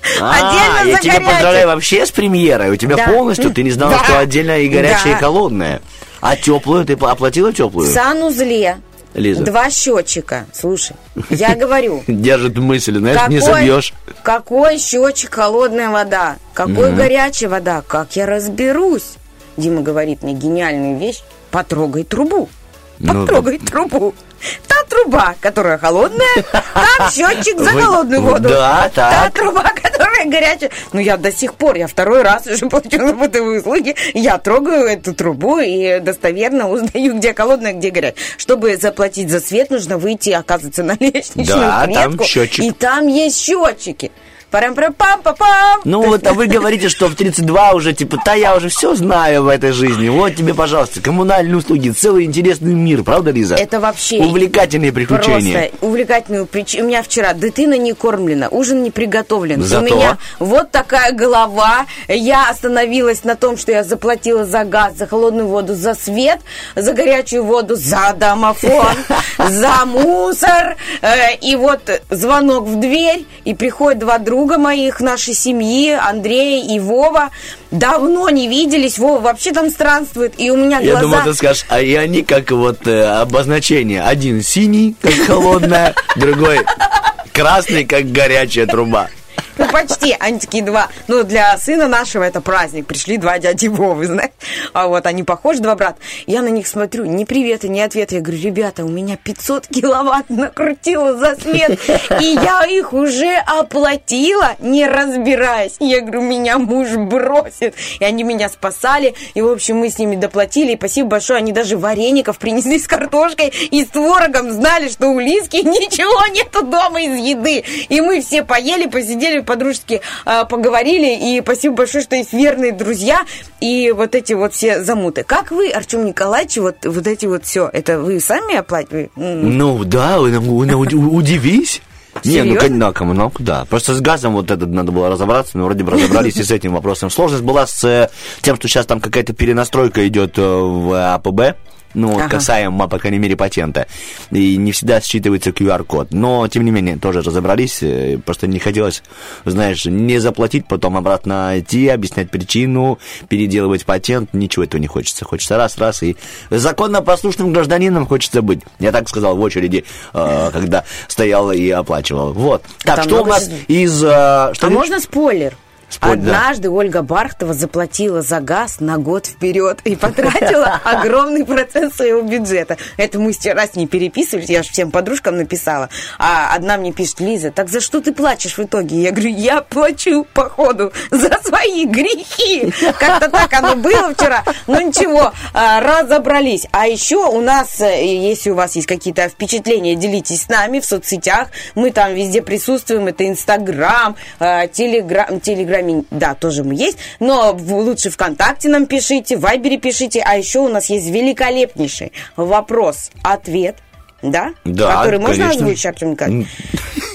А, я тебя поздравляю вообще с премьерой. У тебя да. полностью, ты не знала, да. что отдельно и горячая, да. и холодная. А теплую ты оплатила теплую? В санузле. Лиза. Два счетчика. Слушай, я говорю. Держит мысль, знаешь, какой, не забьешь. Какой счетчик холодная вода? Какой горячая вода? Как я разберусь? Дима говорит мне гениальную вещь. Потрогай трубу. Потрогай ну, трубу. Та труба, которая холодная, там счетчик за холодную воду. Да, так. Та труба, которая горячая. Ну, я до сих пор, я второй раз уже получила бытовые услуги, я трогаю эту трубу и достоверно узнаю, где холодная, где горячая. Чтобы заплатить за свет, нужно выйти, оказывается, на лестничную да, клетку. Там счетчик. И там есть счетчики. Парам-парам-пам-пам-пам. Ну вот, а вы говорите, что в тридцать два уже, типа, да, я уже все знаю в этой жизни. Вот тебе, пожалуйста, коммунальные услуги, целый интересный мир, правда, Лиза? Это вообще... Увлекательные приключения. Просто увлекательные приключения. У меня вчера дитина не кормлена, ужин не приготовлен. Зато... У меня вот такая голова. Я остановилась на том, что я заплатила за газ, за холодную воду, за свет, за горячую воду, за домофон, за мусор. И вот звонок в дверь, и приходят два друга моих, нашей семьи, Андрей и Вова. Давно не виделись, Вова вообще там странствует, и у меня глаза... Я думаю, ты скажешь, а и они как вот э, обозначение. Один синий, как холодная, другой красный, как горячая труба. Ну, почти. Они такие два. Ну, для сына нашего это праздник. Пришли два дяди Вовы, знаешь. А вот они похожи, два брата. Я на них смотрю, ни привета, ни ответа. Я говорю, ребята, у меня пятьсот киловатт накрутила за свет, и я их уже оплатила, не разбираясь. Я говорю, меня муж бросит. И они меня спасали. И, в общем, мы с ними доплатили. И спасибо большое. Они даже вареников принесли с картошкой и с творогом. Знали, что у Лизки ничего нету дома из еды. И мы все поели, посидели, подружески э, поговорили, и спасибо большое, что есть верные друзья и вот эти вот все замуты. Как вы, Артем Николаевич, вот, вот эти вот все, это вы сами оплачиваете? Ну, да, удивись. Не, ну, на коммуналку, да. Просто с газом вот это надо было разобраться, но вроде бы разобрались и с этим вопросом. Сложность была с тем, что сейчас там какая-то перенастройка идет в АПБ. Ну, ага. касаемо, по крайней мере, патента. И не всегда считывается ку ар код. Но, тем не менее, тоже разобрались. Просто не хотелось, знаешь, не заплатить, потом обратно идти, объяснять причину, переделывать патент. Ничего этого не хочется. Хочется раз-раз и законно послушным гражданином хочется быть. Я так сказал в очереди, когда стоял и оплачивал. Вот. Так, там что у нас из... Что а можно спойлер? Спой, Однажды да. Ольга Бархтова заплатила за газ на год вперед и потратила огромный процент своего бюджета. Это мы вчера с ней переписывались, я же всем подружкам написала. А одна мне пишет, Лиза, так за что ты плачешь в итоге? Я говорю, я плачу, походу, за свои грехи. Как-то так оно было вчера. Ну ничего, разобрались. А еще у нас, если у вас есть какие-то впечатления, делитесь с нами в соцсетях. Мы там везде присутствуем. Это Инстаграм, Телеграм, Телеграм. Да, тоже мы есть, но лучше ВКонтакте нам пишите, в Вайбере пишите, а еще у нас есть великолепнейший вопрос-ответ, да? Да, который конечно. можно озвучить, Артем Николаевич?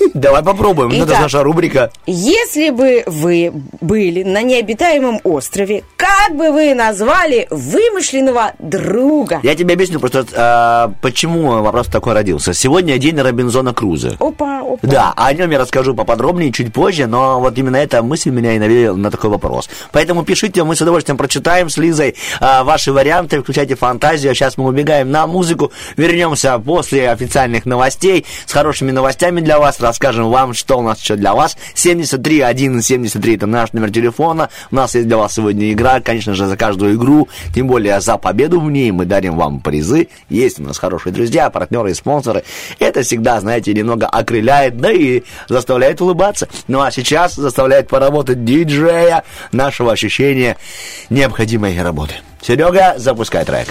Давай попробуем. Итак, это наша рубрика. Если бы вы были на необитаемом острове, как бы вы назвали вымышленного друга? Я тебе объясню просто, а, почему вопрос такой родился. Сегодня день Робинзона Крузо. Опа, опа. Да, о нем я расскажу поподробнее чуть позже, но вот именно эта мысль меня и навела на такой вопрос. Поэтому пишите, мы с удовольствием прочитаем с Лизой а, ваши варианты, включайте фантазию. Сейчас мы убегаем на музыку, вернемся после официальных новостей с хорошими новостями для вас, расскажем вам, что у нас еще для вас. семьдесят три одиннадцать семьдесят три это наш номер телефона. У нас есть для вас сегодня игра, конечно же, за каждую игру, тем более за победу в ней мы дарим вам призы. Есть у нас хорошие друзья, партнеры и спонсоры. Это всегда, знаете, немного окрыляет, да и заставляет улыбаться. Ну а сейчас заставляет поработать диджея нашего ощущения необходимой работы. Серега, запускай трек.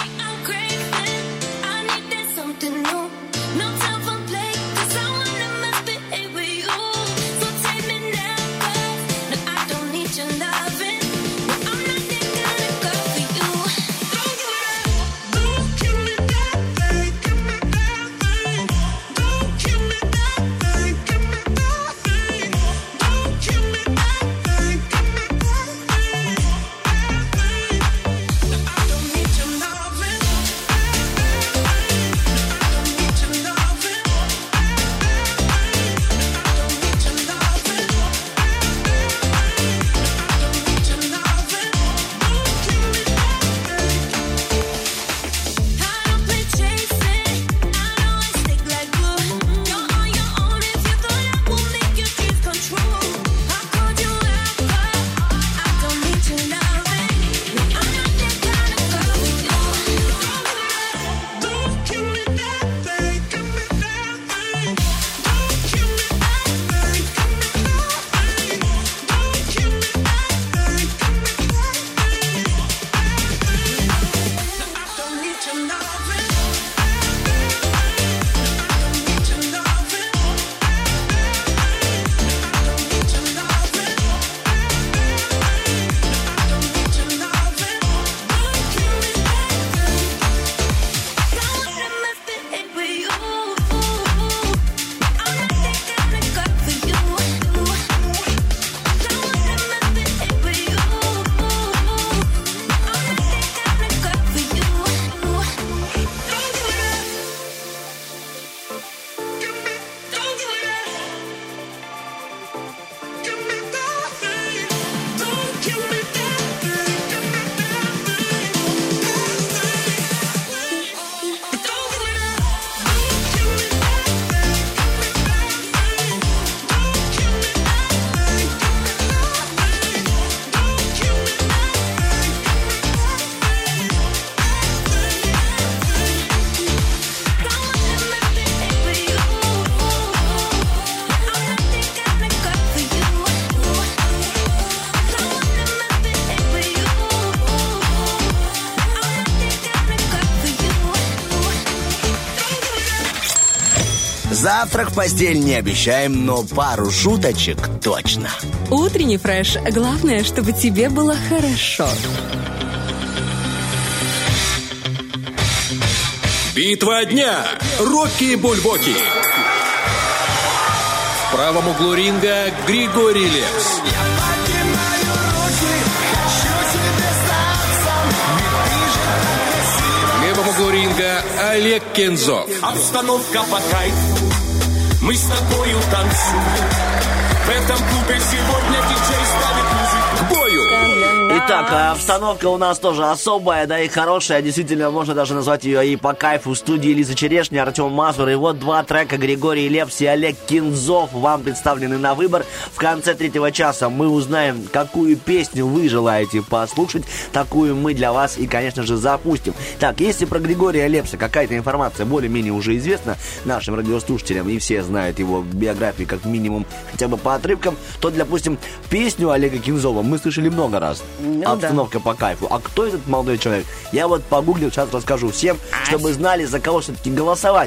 Завтрак в постель не обещаем, но пару шуточек точно. Утренний фреш. Главное, чтобы тебе было хорошо. Битва дня. Рокки Бульбоки. В правом углу ринга Григорий Лепс. В левом углу ринга Олег Кензов. Обстановка по кайфу, мы с тобою танцуем. В этом клубе сегодня диджей ставит музыку. К бою! Итак, обстановка у нас тоже особая, да и хорошая. Действительно, можно даже назвать ее и по кайфу. В студии Лиза Черешня, Артем Мазур. И вот два трека Григорий Лепс и Олег Кензов вам представлены на выбор. В конце третьего часа мы узнаем, какую песню вы желаете послушать. Такую мы для вас и, конечно же, запустим. Так, если про Григория Лепса какая-то информация более-менее уже известна нашим радиослушателям, и все знают его биографию как минимум хотя бы по отрывкам, то, допустим, песню Олега Кензова мы слышали много раз. Ну, Обстановка да. по кайфу. А кто этот молодой человек? Я вот погуглил, сейчас расскажу всем, чтобы знали, за кого все-таки голосовать.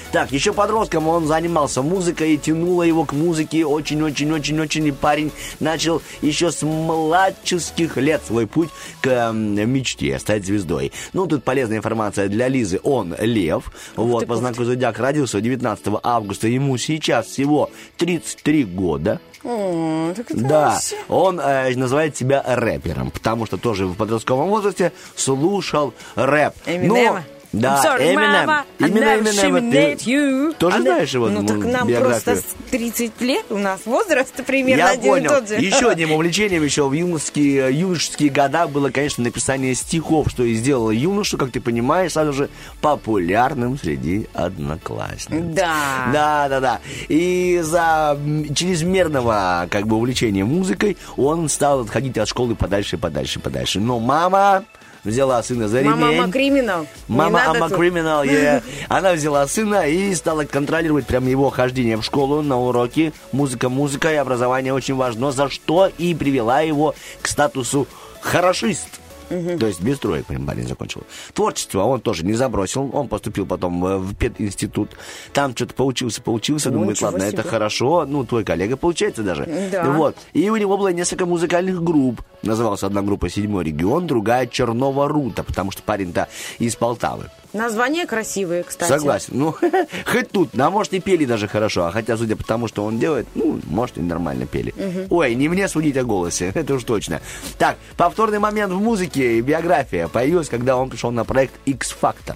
Так, еще подростком он занимался музыкой, тянуло его к музыке очень-очень-очень-очень, и парень начал еще с младенческих лет свой путь к э, мечте стать звездой. Ну, тут полезная информация для Лизы. Он лев, вот, по знаку зодиака родился девятнадцатого августа, ему сейчас всего тридцать три года. О, так это да, вообще... он э, называет себя рэпером, потому что тоже в подростковом возрасте слушал рэп. Эминема. Да, sorry, Eminem. Mama, Именно Eminem. Ты you. тоже а знаешь его Ну, так нам биографию? просто тридцать лет, у нас возраст примерно Я один понял. и тот же. Еще одним увлечением еще в юношеские, юношеские года было, конечно, написание стихов, что и сделало юношу, как ты понимаешь, сразу же популярным среди одноклассников. Да. Да, да, да. И за чрезмерного, как бы, увлечения музыкой он стал отходить от школы подальше, подальше, подальше. Но мама... взяла сына за ремень. Мама криминал. Мама ама криминал, yeah. Она взяла сына и стала контролировать прямо его хождение в школу на уроки. Музыка, музыка и образование очень важно, за что и привела его к статусу хорошист. Угу. То есть без троек прям парень закончил. Творчество он тоже не забросил. Он поступил потом в пединститут. Там что-то поучился, поучился. Ну, думает, ладно, себе. Это хорошо. Ну, твой коллега получается даже. Да. Вот. И у него было несколько музыкальных групп. Называлась одна группа «Седьмой регион», другая «Чернова Рута», потому что парень-то из Полтавы. Названия красивые, кстати. Согласен. Ну, хоть тут. А может, и пели даже хорошо. А хотя, судя по тому, что он делает, ну, может, и нормально пели. Угу. Ой, не мне судить о голосе. Это уж точно. Так, повторный момент в музыке и биография появилась, когда он пришел на проект X-Factor.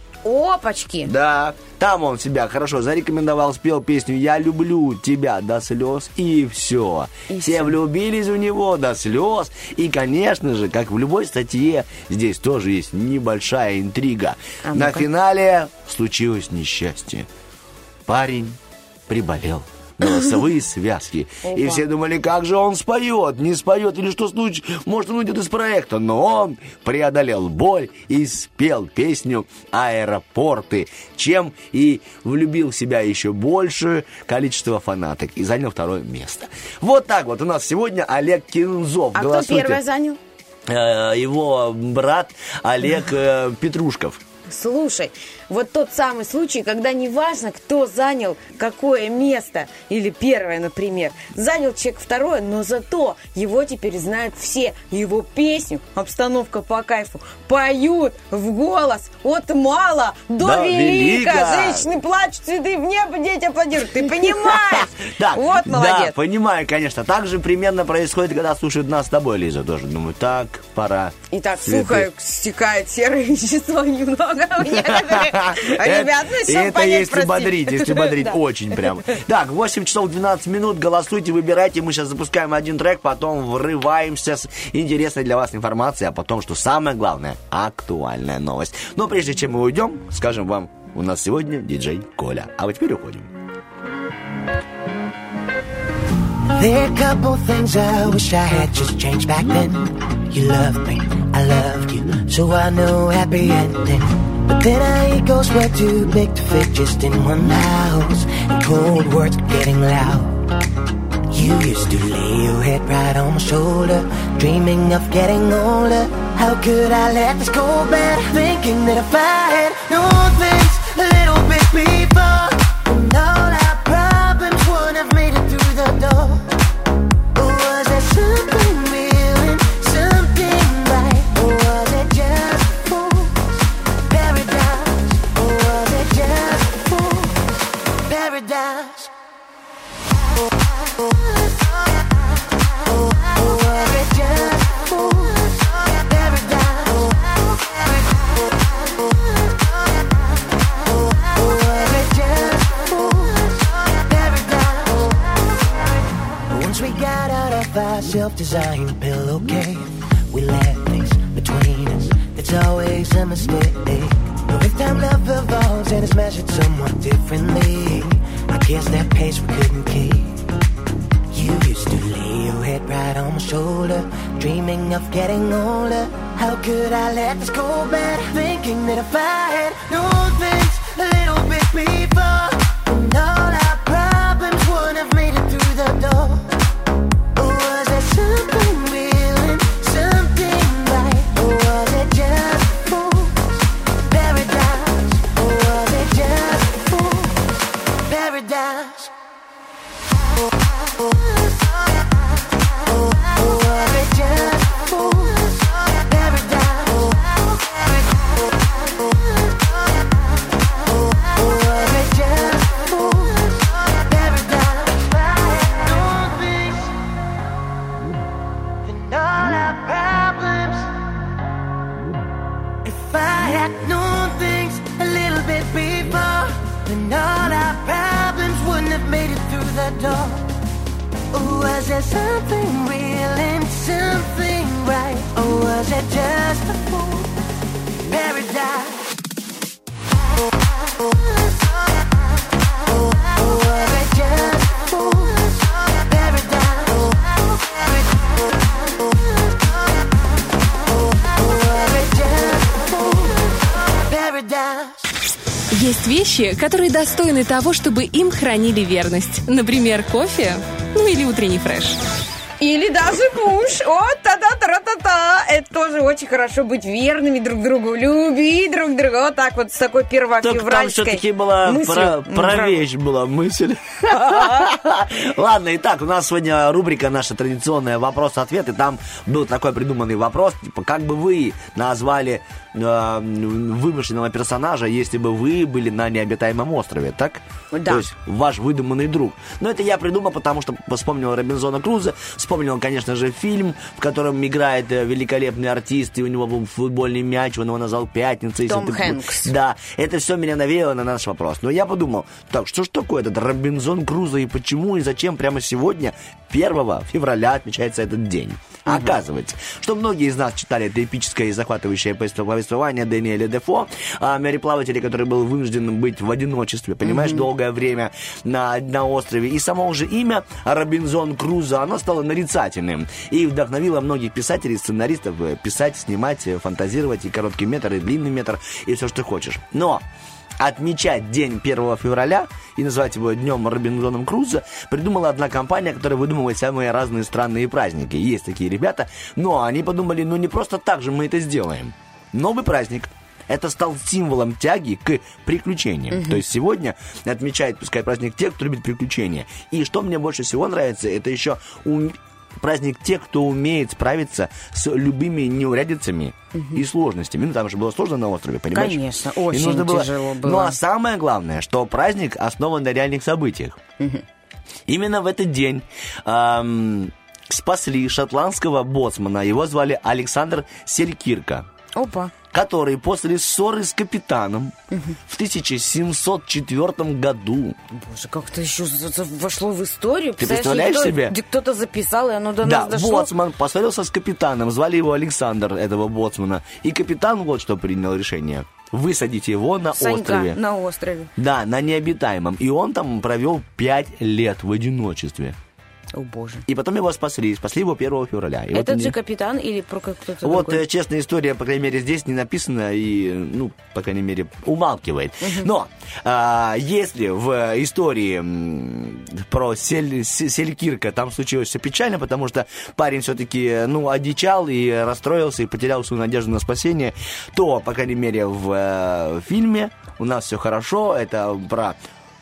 Опачки! Да, там он себя хорошо зарекомендовал, спел песню «Я люблю тебя до слез», и все. И все все. влюбились в него до слез. И, конечно же, как в любой статье, здесь тоже есть небольшая интрига. А На ну-ка. финале случилось несчастье. Парень приболел. Голосовые связки. И все думали, как же он споет, не споет, или что случилось, может, он уйдет из проекта. Но он преодолел боль и спел песню «Аэропорты», чем и влюбил в себя еще больше количество фанаток и занял второе место. Вот так вот у нас сегодня Олег Кензов. А кто Голосуйте. первый занял? Э, Его брат Олег э, Петрушков. Слушай, вот тот самый случай, когда неважно, кто занял какое место, или первое, например, занял человек второе, но зато его теперь знают все, его песню, обстановка по кайфу, поют в голос от мала до Да, велика. велика. Женщины плачут, цветы в небо, дети аплодируют. Ты понимаешь? Так, Вот да, молодец. понимаю, конечно. Так же примерно происходит, когда слушают нас с тобой, Лиза, тоже. Думаю, так, пора. И так Цветы. сухо стекает серое вещество немного у некоторых. Ребят, ну И всё это понять, если прости. бодрить, если бодрить, Да. очень прям. Так, восемь часов двенадцать минут, голосуйте, выбирайте. Мы сейчас запускаем один трек, потом врываемся с интересной для вас информацией, а потом, что самое главное, актуальная новость. Но прежде чем мы уйдем, скажем вам, у нас сегодня диджей Коля. А вот теперь уходим. There are a couple things I wish I had just changed back then. You loved me, I loved you, so I know happy ending. But then our egos were too big to fit just in one house, and cold words were getting loud. You used to lay your head right on my shoulder, dreaming of getting older. How could I let this go bad, thinking that if I had known things a little bit before, then all our problems would have made it through the door. Or was there something real and something right? Or was it just fool's paradise? Or was it just fool's paradise? Or was it just fool's paradise? Or was it just fool's paradise? Once we got out of our self-designed pillowcase, we left things between us. It's always a mistake. But with time, love evolves and is measured somewhat differently. I guess that pace we couldn't keep. You used to lay your head right on my shoulder, dreaming of getting older. How could I let this go bad, thinking that if I had known things a little bit before, then all our problems would have made it through the door. Or was there something real and something right? Or was it just fool's paradise? Or was it just fool's paradise. Was it just fools? Paradise. Was it just fools? Paradise. Known things and all our problems. If I had known things a little bit before, then all our problems wouldn't have made it through the door. Was there something real and something right? Or was it just a fool? Paradise. Was it just fools? Paradise. Was it just fools? Paradise. Есть вещи, которые достойны того, чтобы им хранили верность. Например, кофе, ну или утренний фреш. Или даже муж. О, та-да-та-та-та. Это тоже очень хорошо быть верными друг другу, любить друг друга. Вот так вот, с такой первофевральской там все-таки была про, про вещь была мысль. Ладно, итак, у нас сегодня рубрика наша традиционная «Вопрос-ответ». И там был такой придуманный вопрос, типа, как бы вы назвали э, вымышленного персонажа, если бы вы были на необитаемом острове, так? Да. То есть ваш выдуманный друг. Но это я придумал, потому что вспомнил Робинзона Крузо, вспомнил, конечно же, фильм, в котором играет великолепный артист, и у него был футбольный мяч, он его назвал «Пятница». Том ты... Хэнкс. Да, это все меня навеяло на наш вопрос. Но я подумал, так, что ж такое этот Робинзон Крузо, и почему, и зачем прямо сегодня, первого февраля, отмечается этот день? Uh-huh. Оказывается, что многие из нас читали это эпическое и захватывающее повествование Дэниеля Дефо о мореплавателе, который был вынужден быть в одиночестве, понимаешь, uh-huh. долгое время на, на острове. И само уже имя Робинзон Крузо, оно стало нарицательным и вдохновило многих писателей, сценаристов писать, снимать, фантазировать и короткий метр, и длинный метр, и все, что хочешь. Но отмечать день первого февраля и называть его днем Робинзоном Крузо придумала одна компания, которая выдумывает самые разные странные праздники. Есть такие ребята, но они подумали, ну не просто так же мы это сделаем. Новый праздник. Это стал символом тяги к приключениям. Uh-huh. То есть сегодня отмечает, пускай, праздник тех, кто любит приключения. И что мне больше всего нравится, это еще ум... праздник тех, кто умеет справиться с любыми неурядицами uh-huh. и сложностями. Ну, там же было сложно на острове, понимаешь? Конечно, очень нужно было... тяжело было. Ну, а самое главное, что праздник основан на реальных событиях. Uh-huh. Именно в этот день эм, спасли шотландского боцмана. Его звали Александр Селькирка. Опа. Который после ссоры с капитаном угу. в тысяча семьсот четвёртом году... Боже, как это еще вошло в историю? Ты представляешь кто, себе? Где кто-то записал, и оно до да, нас дошло. Да, боцман поссорился с капитаном, звали его Александр, этого боцмана. И капитан вот что принял решение. Высадить его на Санька острове. на острове. Да, на необитаемом. И он там провел пять лет в одиночестве. О, боже. И потом его спасли. Спасли его первого февраля. И Этот вот же они... капитан или про кто-то Вот, другой? честная история, по крайней мере, здесь не написана и, ну, по крайней мере, умалкивает. Uh-huh. Но а, если в истории м, про Сель, Селькирка там случилось все печально, потому что парень все-таки, ну, одичал и расстроился, и потерял свою надежду на спасение, то, по крайней мере, в э, фильме у нас все хорошо. Это про...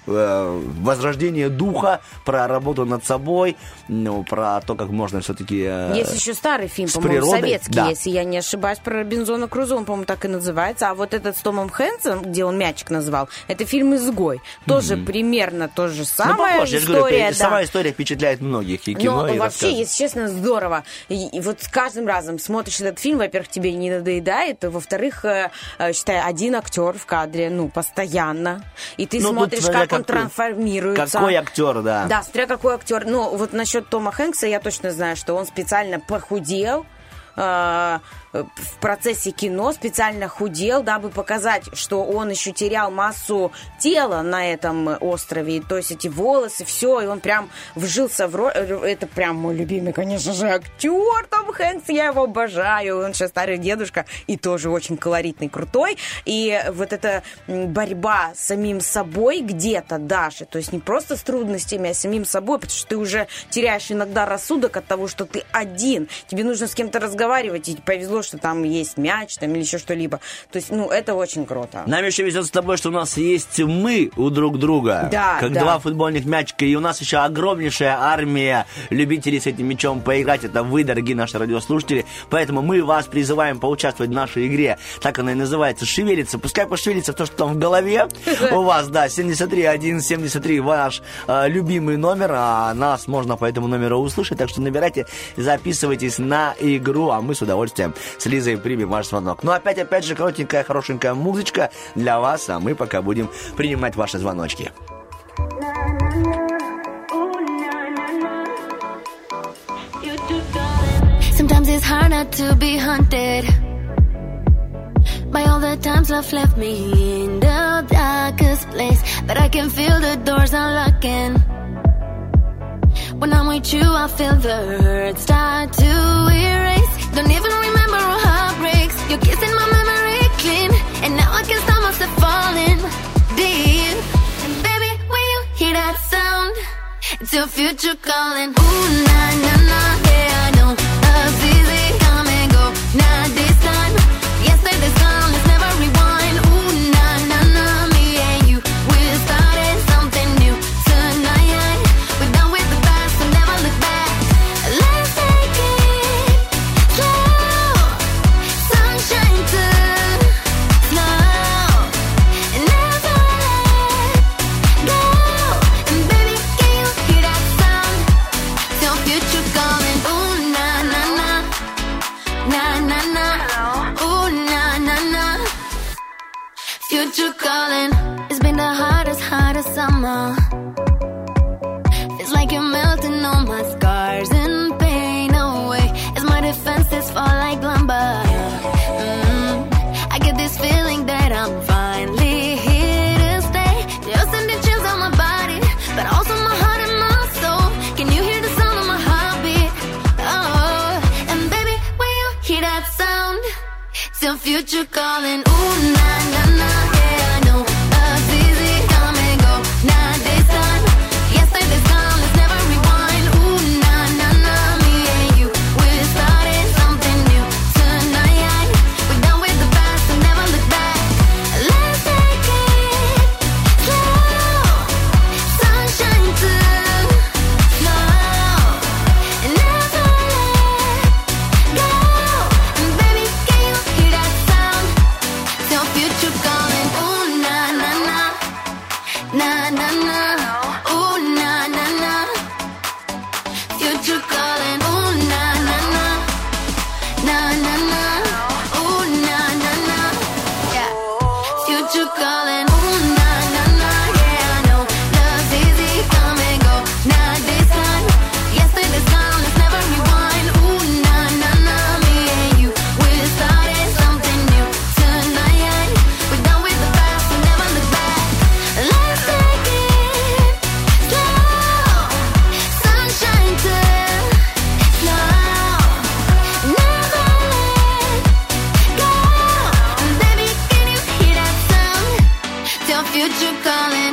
возрождение духа, про работу над собой, ну, про то, как можно все-таки... Есть еще старый фильм, по-моему, природой. советский, Да. если я не ошибаюсь, про Робинзона Крузо, он, по-моему, так и называется. А вот этот с Томом Хэнксом, где он мячик назвал, это фильм «Изгой». Тоже mm-hmm. примерно то же самое. Ну, похож, история. Я говорю, да. да. Сама история впечатляет многих. И кино, Но и вообще, рассказы. если честно, здорово. И, и вот с каждым разом смотришь этот фильм, во-первых, тебе не надоедает, во-вторых, э, э, считай, один актер в кадре, ну, постоянно. И ты ну, смотришь, как он как трансформируется. Какой актер, да. Да, смотря какой актер. Ну, вот насчет Тома Хэнкса я точно знаю, что он специально похудел э, в процессе кино, специально худел, дабы показать, что он еще терял массу тела на этом острове. То есть эти волосы, все, и он прям вжился в роль. Это прям мой любимый, конечно же, актер Том Хэнкс. Я его обожаю. Он сейчас старый дедушка и тоже очень колоритный, крутой. И вот эта борьба с самим собой где-то даже, то есть не просто с трудностями, а с самим собой, потому что ты уже теряешь иногда рассудок от того, что ты один. Тебе нужно с кем-то разговаривать, разговаривать, и повезло, что там есть мяч там, или еще что-либо. То есть, ну, это очень круто. Нам еще везет с тобой, что у нас есть мы у друг друга. Да, как да. два футбольных мячика. И у нас еще огромнейшая армия любителей с этим мячом поиграть. Это вы, дорогие наши радиослушатели. Поэтому мы вас призываем поучаствовать в нашей игре. Так она и называется. Шевелится. Пускай пошевелится то, что там в голове у вас. Да, семьдесят три один семьдесят три ваш э, любимый номер. А нас можно по этому номеру услышать. Так что набирайте, записывайтесь на игру. А мы с удовольствием с Лизой примем ваш звонок. Ну, опять, опять же, коротенькая, хорошенькая музычка для вас. А мы пока будем принимать ваши звоночки. Sometimes it's hard not to be haunted by all the times love left me in the darkest place, but I can feel the doors unlocking. When I'm with you, I feel the hurt start to erase. Don't even remember our heartbreaks. You're kissing my memory clean, and now I can't stop myself falling deep. And baby, when you hear that sound, it's your future calling. Ooh, na na na, yeah, I know love's easy, come and go. Not this time. Yesterday's gone, let's never rewind. Ooh, na na na, me and you, we're starting something new tonight. We're done with the past, so never look back. Let's take it slow, sunshine too slow, and never let go. And baby, can you hear that sound? It's your future calling. Ooh, na na na, na na na. Ooh, na na na. Future calling. It's been the hardest, hardest summer. It's like you're melting all my scars and pain away as my defenses fall like lumber. Mm. I get this feeling that I'm finally here to stay. You're sending chills on my body, but also my heart and my soul. Can you hear the sound of my heartbeat? Oh, and baby, when you hear that sound, it's your future calling. Ooh, na na na, yeah, I know love's easy, come and go. Not this time. Yesterday's gone, let's never rewind. Ooh, na na na, me and you, we're starting something new tonight. We're done with the past, so never look back. Let's take it slow, sunshine too slow, and never let go. And baby, can you hear that sound? It's your future calling. Ooh, na na na, na na na. Ooh, na na na. Future calling. Ooh, na na na, na na na. Ooh, na na na. Yeah. Future calling. Ooh, na na na. Yeah, I know love's easy, come and go. Not this time. Yesterday's gone, let's never rewind. Ooh, na na na. Me and you, we're starting something new tonight. We're done with the past, so never look back. Let's take it slow, sunshine too slow, never let go. And baby, can you hear that sound? It's your future calling.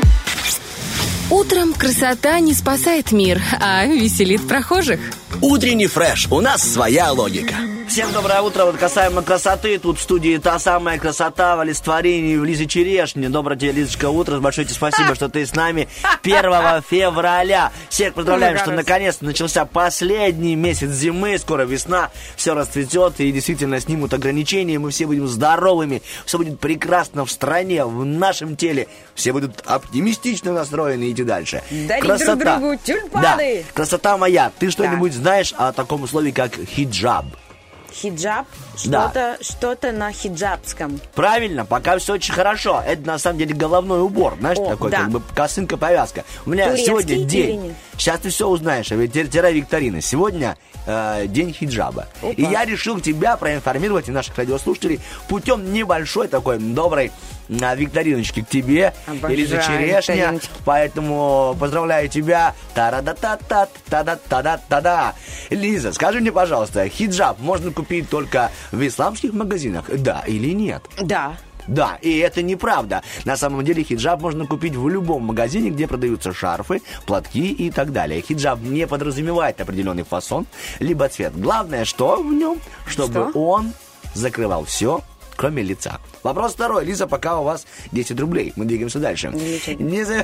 Утром красота не спасает мир, а веселит прохожих. Утренний фреш. У нас своя логика. Всем доброе утро. Вот касаемо красоты, тут в студии та самая красота в олицетворении в Лизе Черешни. Доброе тебе, Лизочка, утро. Большое тебе спасибо, что ты с нами первого февраля. Всех поздравляем, что наконец-то начался последний месяц зимы. Скоро весна, все расцветет и действительно снимут ограничения. Мы все будем здоровыми, все будет прекрасно в стране, в нашем теле. Все будут оптимистично настроены и идти дальше. Дарить красота. друг другу тюльпаны. Да, красота моя. Ты что-нибудь знаешь о таком слове, как хиджаб? Хиджаб? Да. Что-то, что-то на хиджабском. Правильно, пока все очень хорошо. Это на самом деле головной убор, знаешь, О, такой да. как бы косынка-повязка. У меня Турецкий сегодня или день. нет? Сейчас ты все узнаешь, а ведь тире викторина. Сегодня э, день хиджаба. Опа. И я решил тебя проинформировать и наших радиослушателей путем небольшой такой доброй э, викториночки к тебе. Обожаю Лиза Черешня. викториночки. Поэтому поздравляю тебя. Та-да-та-та-та, та-да-та-да-та-да. Лиза, скажи мне, пожалуйста, хиджаб можно купить только в исламских магазинах? Да или нет? Да. Да, и это неправда. На самом деле хиджаб можно купить в любом магазине, где продаются шарфы, платки и так далее. Хиджаб не подразумевает определенный фасон, либо цвет. Главное, что в нем, чтобы что? он закрывал все, кроме лица. Вопрос второй. Лиза, пока у вас десять рублей. Мы двигаемся дальше. Не за...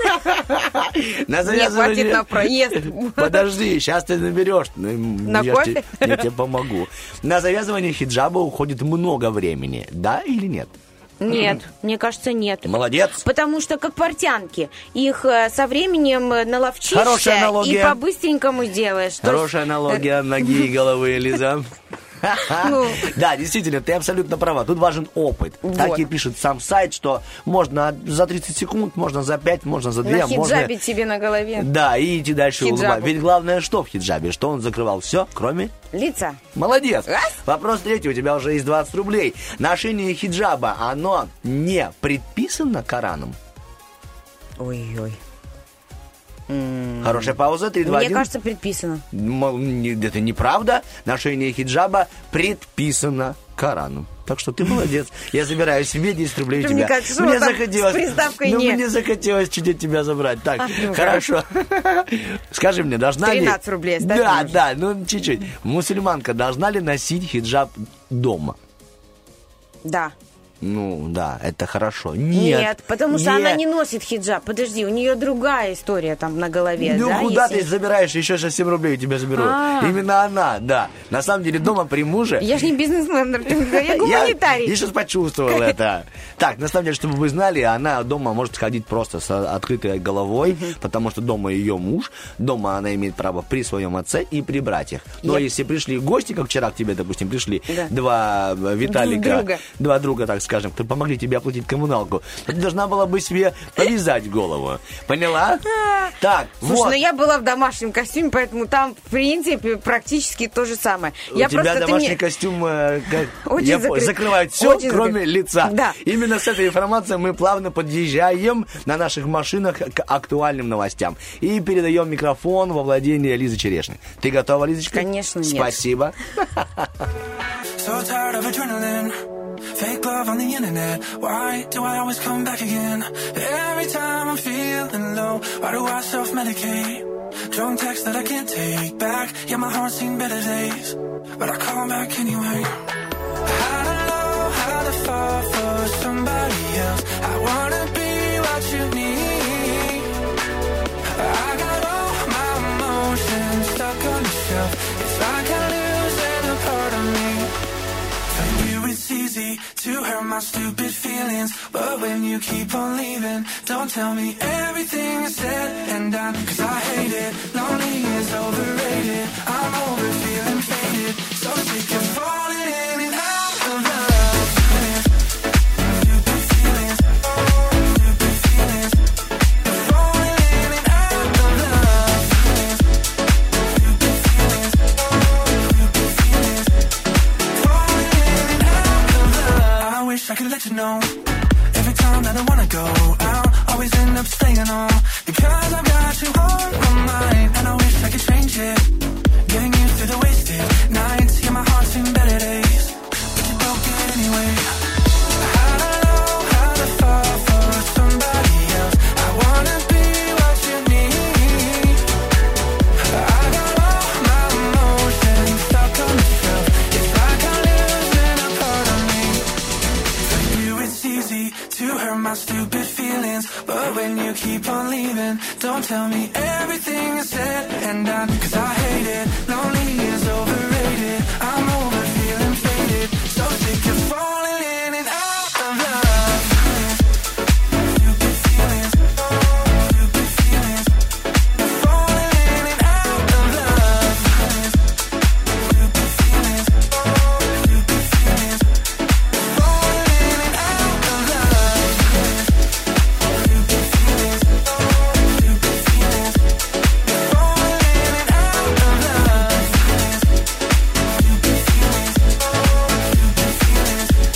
Не хватит на проезд. Подожди, сейчас ты наберешь. На кофе? Я тебе помогу. На завязывание хиджаба уходит много времени. Да или нет? Нет, мне кажется, нет. Молодец. Потому что как портянки. Их со временем наловчишься и по-быстренькому делаешь. Хорошая аналогия ноги и головы, Лиза. Ну. Да, действительно, ты абсолютно права. Тут важен опыт. Вот. Так и пишет сам сайт, что можно за тридцать секунд, можно за пять, можно за две. Нахиджабить можно... себе на голове. Да, и идти дальше улыбаться. Ведь главное, что в хиджабе? Что он закрывал все, кроме... лица. Молодец. А? Вопрос третий. У тебя уже есть двадцать рублей. Ношение хиджаба, оно не предписано Кораном? Ой-ой. Хорошая пауза, три, два, один. Мне кажется, предписано. Это неправда. Ношение хиджаба предписано Кораном. Так что ты молодец. Я забираю себе десять рублей у тебя. Мне кажется, мне захотелось, с приставкой ну, нет. Мне захотелось чуть-чуть тебя забрать. Так, а, ну, хорошо. Скажи мне, должна ли... тринадцать рублей оставь. Да, может. да, ну чуть-чуть. Мусульманка должна ли носить хиджаб дома? Да. Ну, да, это хорошо. Нет, Нет потому что нет. она не носит хиджаб. Подожди, у нее другая история там на голове. Ну, да, куда если... ты забираешь? Еще сейчас семь рублей тебе заберу. А-а-а. Именно она, да. На самом деле, дома при муже... Я же не бизнесмен, я гуманитарий. Я сейчас почувствовал это. Так, на самом деле, чтобы вы знали, она дома может ходить просто с открытой головой, потому что дома ее муж, дома она имеет право при своем отце и при братьях. Но если пришли гости, как вчера к тебе, допустим, пришли два Виталика, два друга, так скажем, кто помогли тебе оплатить коммуналку, ты должна была бы себе повязать голову. Поняла? Так, слушай, вот. ну я была в домашнем костюме, поэтому там, в принципе, практически то же самое. У я тебя просто, домашний мне... костюм э, как, я закры... закрывает все, Очень кроме закры... лица. Да. Именно с этой информацией мы плавно подъезжаем на наших машинах к актуальным новостям. И передаем микрофон во владение Лизы Черешни. Ты готова, Лизочка? Конечно, нет. Спасибо. Fake love on the internet. Why do I always come back again? Every time I'm feeling low, why do I self-medicate? Drunk text that I can't take back. Yeah, my heart's seen better days, but I call back anyway. I don't know how to fall for somebody else. I wanna be what you need. I got all my emotions stuck on the shelf. It's like I'm losing a part of me. For you it's easy to hurt my stupid feelings, but when you keep on leaving, don't tell me everything is said and done, cause I hate it. Lonely is overrated. I'm over feeling faded, so sick of falling in and out of love. Stupid feelings, stupid feelings, falling in and out of love. Stupid feelings, stupid feelings, falling in and out of love. I wish I could let you know. Every time that I wanna go out, always end up staying on, because I've got you on my mind, and I wish I could change it. Getting used to the wasted nights, yeah, my heart's seen better days, but you broke it anyway. I don't know how to fall for somebody else. I wanna be what you need. I got all my emotions stuck on the shelf. It's like I'm losing a part of me. For you it's easy to hurt my stupid feelings, but when you keep on leaving, don't tell me everything is said and done, cause I hate it. Lonely is overrated. I'm over feeling faded, so sick of falling in and out of love. Stupid feelings, stupid feelings, falling in and out of love. Stupid feelings, stupid feelings, falling in and out of love. Stupid feelings, stupid feelings, falling in and out of love. Stupid feelings, stupid feelings, falling in and out of love.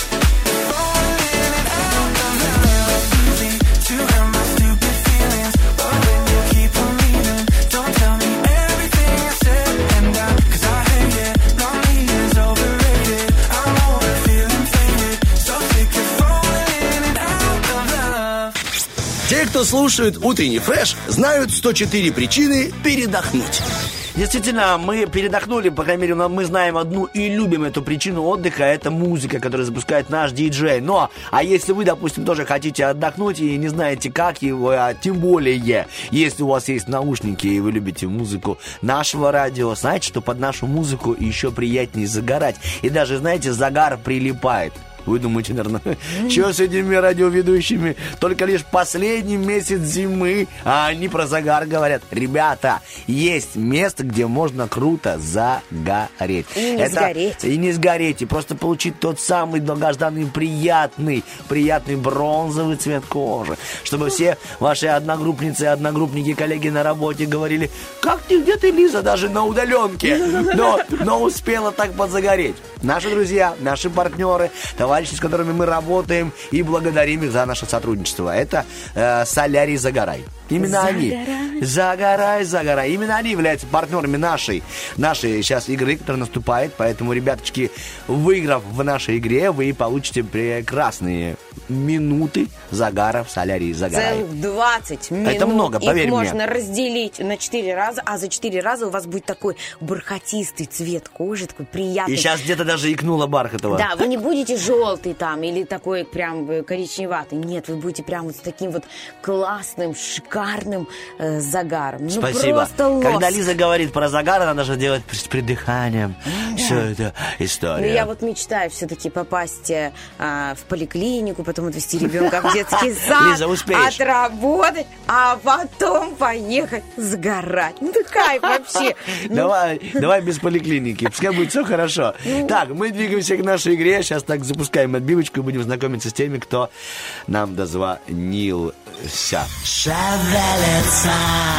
кто слушает утренний фреш, знают сто четыре причины передохнуть. Действительно, мы передохнули, по крайней мере, мы знаем одну и любим эту причину отдыха, это музыка, которую запускает наш диджей. Но, а если вы, допустим, тоже хотите отдохнуть и не знаете как, и, а тем более, если у вас есть наушники и вы любите музыку нашего радио, знаете, что под нашу музыку еще приятнее загорать. И даже, знаете, загар прилипает. Вы думаете, наверное, что с этими радиоведущими? Только лишь последний месяц зимы, а они про загар говорят. Ребята, есть место, где можно круто загореть. И не Это, сгореть. И не сгореть, и просто получить тот самый долгожданный приятный, приятный бронзовый цвет кожи. Чтобы все ваши одногруппницы, одногруппники, коллеги на работе говорили, как ты, где ты, Лиза, даже на удаленке, но, но успела так подзагореть. Наши друзья, наши партнеры, товарищи, с которыми мы работаем, и благодарим их за наше сотрудничество. Это э, Солярий Загорай. Именно Загорай. они. Загорай, загорай. Именно они являются партнерами нашей, нашей сейчас игры, которая наступает. Поэтому, ребяточки, выиграв в нашей игре, вы получите прекрасные минуты загара в Солярии Загорай. Целых двадцать минут. Это много, поверь Их мне. можно разделить на четыре раза, а за четыре раза у вас будет такой бархатистый цвет кожи, такой приятный. И сейчас где-то даже икнула Бархатова. Да, вы не будете желтый там или такой прям коричневатый. Нет, вы будете прям вот с таким вот классным, шикарным э, загаром. Ну, Спасибо. просто лоск. Когда Лиза говорит про загар, она должна делать с придыханием. Да. Все это история. Ну, я вот мечтаю все-таки попасть э, в поликлинику, потом отвезти ребенка в детский сад, Лиза, успеешь. отработать, а потом поехать загорать. Ну, кайф вообще. Ну, Давай, давай без поликлиники, пускай будет все хорошо. Так, мы двигаемся к нашей игре. Сейчас так запускаем отбивочку и будем знакомиться с теми, кто нам дозвонился. Шевелится,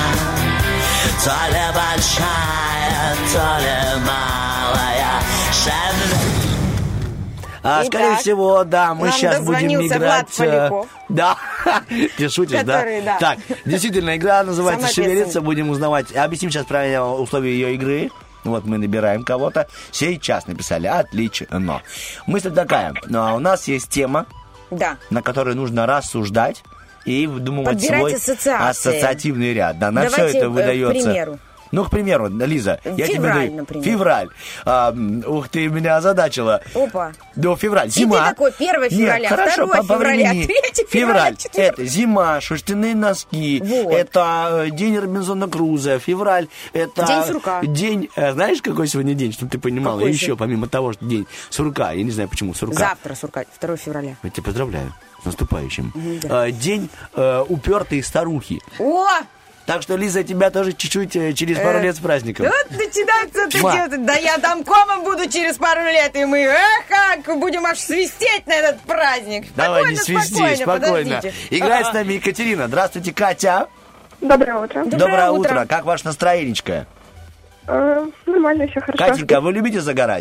то ли большая, то ли малая. Шевелится. А, Итак, скорее всего, да, мы нам сейчас будем дозвонился играть. Влад Поляков. Да, ты шутишь, Который, да? да. Так, действительно, игра называется Самый «Шевелиться». ответственный. Будем узнавать. Объясним сейчас правильные условия ее игры. Вот мы набираем кого-то. Сейчас написали. Отлично. Мысль такая. Ну, а у нас есть тема, да. на которой нужно рассуждать и выдумывать Подбирать свой ассоциации. ассоциативный ряд. Да, на Давайте, все это э, выдается. к примеру. Ну, к примеру, Лиза, я тебе Февраль, даю. например. Февраль. А, ух ты, меня озадачила. Опа. Да, февраль, И зима. ты такой, первое февраля, Нет, хорошо, второе по- по февраля, времени. третье февраля, Февраль, четвертое. это зима, шерстяные носки, Вот. это э, день Робинзона Круза, февраль, это... День сурка. День, э, знаешь, какой сегодня день, чтобы ты понимала? Какой Еще, же? помимо того, что день сурка, я не знаю, почему сурка. Завтра, сурка, второе февраля. Я тебя поздравляю с наступающим. Мгм, да. Э, день э, упертой старухи. О! Так что, Лиза, тебя тоже чуть-чуть э, через пару Э, лет с праздником. Вот начинается вот Ма. эти вот, да я домкомом буду через пару лет, и мы, эх, как, будем аж свистеть на этот праздник. Давай, не Спокойно, свисти, спокойно, спокойно. подождите. Играет с Ага. нами Екатерина. Здравствуйте, Катя. Доброе утро. Доброе, утро. Как ваше настроенечко? Э, нормально, все хорошо. Катенька, вы любите загорать?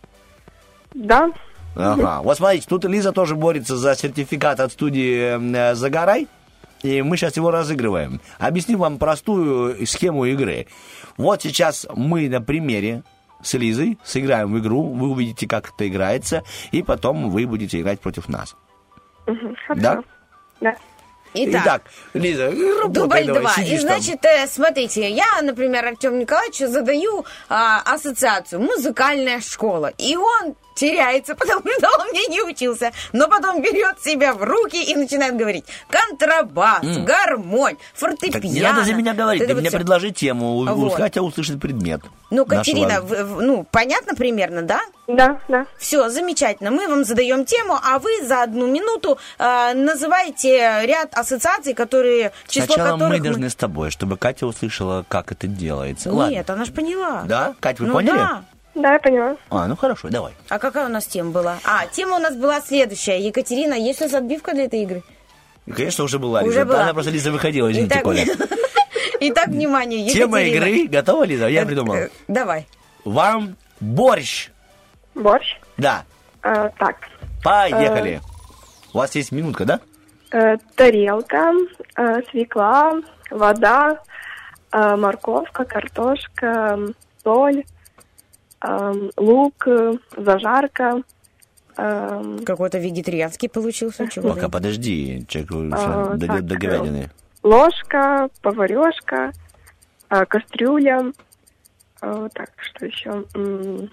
Да. Ага. Вот смотрите, тут Лиза тоже борется за сертификат от студии э, «Загорай». И мы сейчас его разыгрываем. Объясню вам простую схему игры. Вот сейчас мы на примере с Лизой сыграем в игру. Вы увидите, как это играется. И потом вы будете играть против нас. Мгм, хорошо. Да? Да. Итак, Лиза, работай дубль давай, два. И сидишь там. значит, э, смотрите, я, например, Артему Николаевичу задаю а, ассоциацию «музыкальная школа». И он теряется, потому что он мне не учился. Но потом берет себя в руки и начинает говорить контрабас, М. гармонь, фортепиано. Так не надо за меня говорить, Вот ты это мне вот всё. предложи тему, у- Вот. хотя услышит предмет. Ну, нашего- Катерина, в- в- ну, понятно примерно, да? Да, да. Все, замечательно. Мы вам задаем тему, а вы за одну минуту э, называете ряд ассоциаций, которые, число Сначала которых... мы должны с тобой, чтобы Катя услышала, как это делается. Нет, Ладно. она же поняла. Да? Кать, вы Ну поняли? да. Да, я поняла. А, ну хорошо, давай. А какая у нас тема была? А, тема у нас была следующая. Екатерина, есть у нас отбивка для этой игры? Конечно, уже была, Уже Лиза. была. Она просто Лиза выходила, извините, Итак, Коля. Итак, внимание, Екатерина. Тема игры готова, Лиза? Я придумал. Э, Давай. Вам борщ. Борщ. Да. Э, так. Поехали. У вас есть минутка, да? Э, тарелка, э, свекла, вода, э, морковка, картошка, соль, э, лук, э, зажарка. Эм, Какой-то вегетарианский получился чего-то. Ну-ка, подожди, человек А, дойдет так, до говядины. ложка, поварешка, э, кастрюля. Э, так, что еще? М,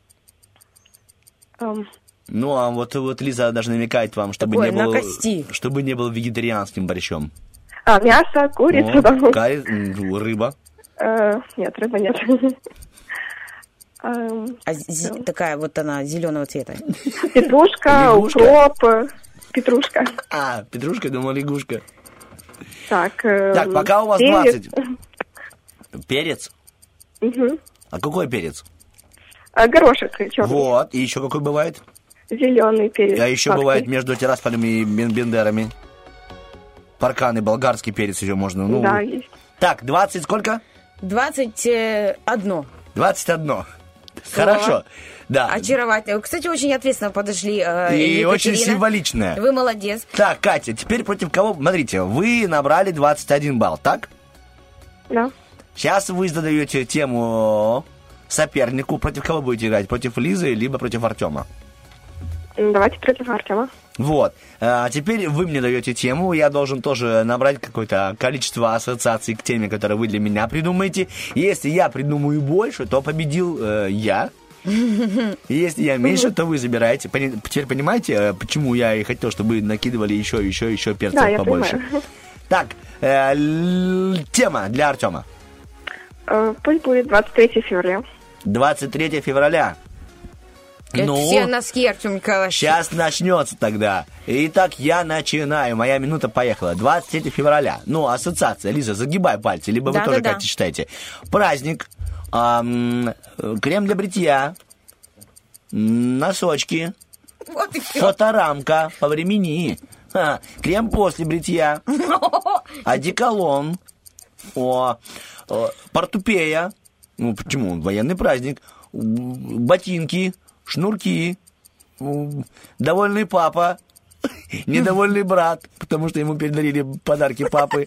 эм, Ну, а вот, вот Лиза даже намекает вам, чтобы Такое, не на был, кости. чтобы не был вегетарианским борщом. а, мясо, курица. О, да. карри- м, рыба. Э, нет, рыба нет. Эм, А зи- такая вот она зеленого цвета. Петрушка, Лягушка? укроп, э, петрушка. А, петрушка, думал, лягушка. Так, эм, Так, пока у вас перец. двадцать. Перец? Мгм. А какой перец? А, горошек черный. Вот, и еще какой бывает? Зеленый перец. А еще сладкий. бывает между тирасполем и бен- бендерами. Парканы, болгарский перец еще можно. Ну, Да, есть. Так, двадцать сколько? двадцать одно. двадцать одно. Слово. Хорошо. Да. Очаровательно. Кстати, очень ответственно подошли. э, И Екатерина. очень символичное. Вы молодец. Так, Катя, теперь против кого? Смотрите, вы набрали двадцать один балл, так? Да. Сейчас вы задаете тему сопернику. Против кого будете играть? Против Лизы, либо против Артема? Давайте против Артема. Вот. А теперь вы мне даете тему. Я должен тоже набрать какое-то количество ассоциаций к теме, которую вы для меня придумаете. Если я придумаю больше, то победил э, я. И если я меньше, то вы забираете. Пони- Теперь понимаете, э, почему я и хотел, чтобы вы накидывали еще, еще, еще перцев Да, я побольше? понимаю. Так, э, л- тема для Артема. Э, Пусть будет двадцать третьего февраля. двадцать третьего февраля. Это все носки, Артем Николаевич. Сейчас начнется тогда. Итак, я начинаю. Моя минута поехала. двадцать третьего февраля. Ну, ассоциация. Лиза, загибай пальцы, либо Да, вы тоже да, да. как-то считаете. Праздник. ам, крем для бритья. м, Носочки. Вот и всё. Фоторамка. Повремени. Ха, крем после бритья. Одеколон. О, о, портупея. Ну, почему? Военный праздник. М, Ботинки. Шнурки. М, Довольный папа. Недовольный брат, потому что ему передарили подарки папы.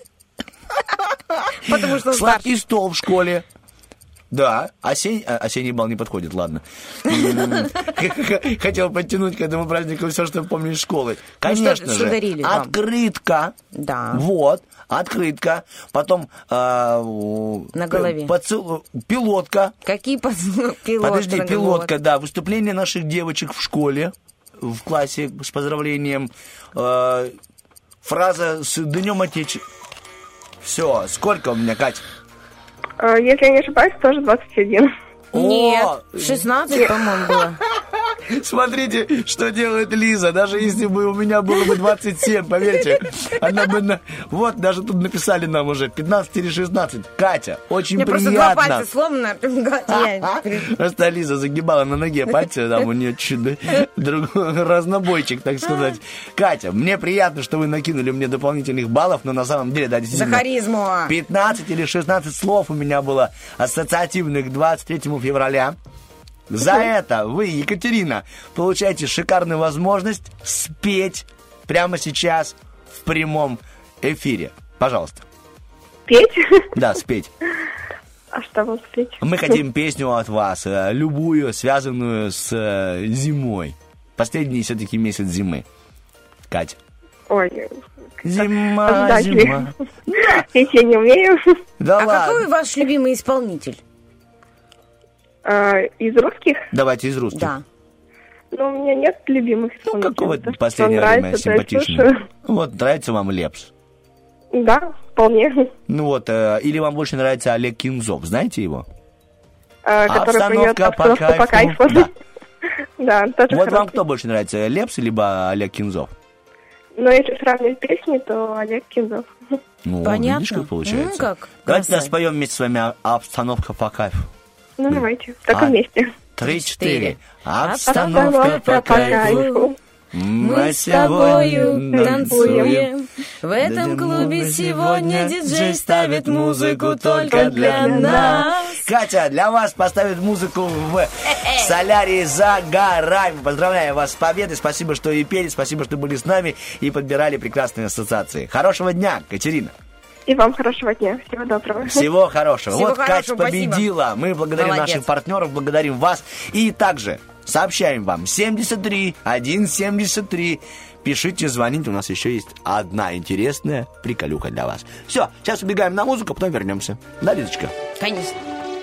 Потому что он Сладкий стол в школе. Да, осень... а, осенний бал не подходит, ладно. М, Хотел подтянуть к этому празднику все, что помню из школы. Конечно что- что же, дарили вам? открытка. Да. Вот, открытка. Потом а, у- На голове. поцел- пилотка. Какие поцелуи? Пилотка. Подожди, на пилотка, голову. да. Выступление наших девочек в школе, в классе с поздравлением. Э, фраза с Днем Отечества. Все, сколько у меня, Кать? Э, Если я не ошибаюсь, тоже двадцать один. Нет, О! шестнадцать, по-моему, было. Смотрите, что делает Лиза. Даже если бы у меня было бы двадцать семь, поверьте, она бы... на- Вот, даже тут написали нам уже пятнадцать или шестнадцать. Катя, очень У меня просто приятно. два пальца сломаны, Артем Николаевич. Я- Просто Лиза загибала на ноге пальцы, там у нее чуть другой разнобойчик, так сказать. Катя, мне приятно, что вы накинули мне дополнительных баллов, но на самом деле, да, За действительно... харизму. пятнадцать или шестнадцать слов у меня было ассоциативных к двадцать третьему февраля. За это вы, Екатерина, получаете шикарную возможность спеть прямо сейчас в прямом эфире. Пожалуйста. Петь? Да, спеть. А что вам спеть? Мы хотим песню от вас, э, любую, связанную с э, зимой. Последний все-таки месяц зимы. Катя. Ой, Зима, создатели. зима. Петь я не умею. Да А ладно. какой ваш любимый исполнитель? Э, Из русских? Давайте из русских. Да. Ну, у меня нет любимых Ну, исполнителей. какого То, что последнее время нравится, то и симпатичный? слушаю. Вот, нравится вам Лепс? Да, вполне. Ну вот, э, или вам больше нравится Олег Кинзов, знаете его? Э, Который поет Обстановка по «Обстановка по кайфу». кайфу. Да. Да, тоже Вот вам хороший. кто больше нравится, Лепс либо Олег Кинзов? Но если сравнивать песни, то Олег Кинзов. Ну, Понятно. видишь, как получается. Ну, как Давайте красавец. нас споем вместе с вами «Обстановка по кайфу». Ну, давайте. Только А. вместе. Три-четыре. Обстановка по кайфу. Мы с тобою танцуем. В этом клубе сегодня диджей ставит музыку только для нас. Катя, для вас поставит музыку в солярии «Загорай». Мы поздравляем вас с победой. Спасибо, что и пели, спасибо, что были с нами и подбирали прекрасные ассоциации. Хорошего дня, Катерина. И вам хорошего дня. Всего доброго. Всего хорошего. Всего Вот Катя хорошего, спасибо. победила. Мы благодарим Молодец. наших партнеров, благодарим вас. И также сообщаем вам семьдесят три сто семьдесят три. Пишите, звоните, у нас еще есть одна интересная приколюха для вас. Все, сейчас убегаем на музыку, потом вернемся. Да, Лизочка? Конечно.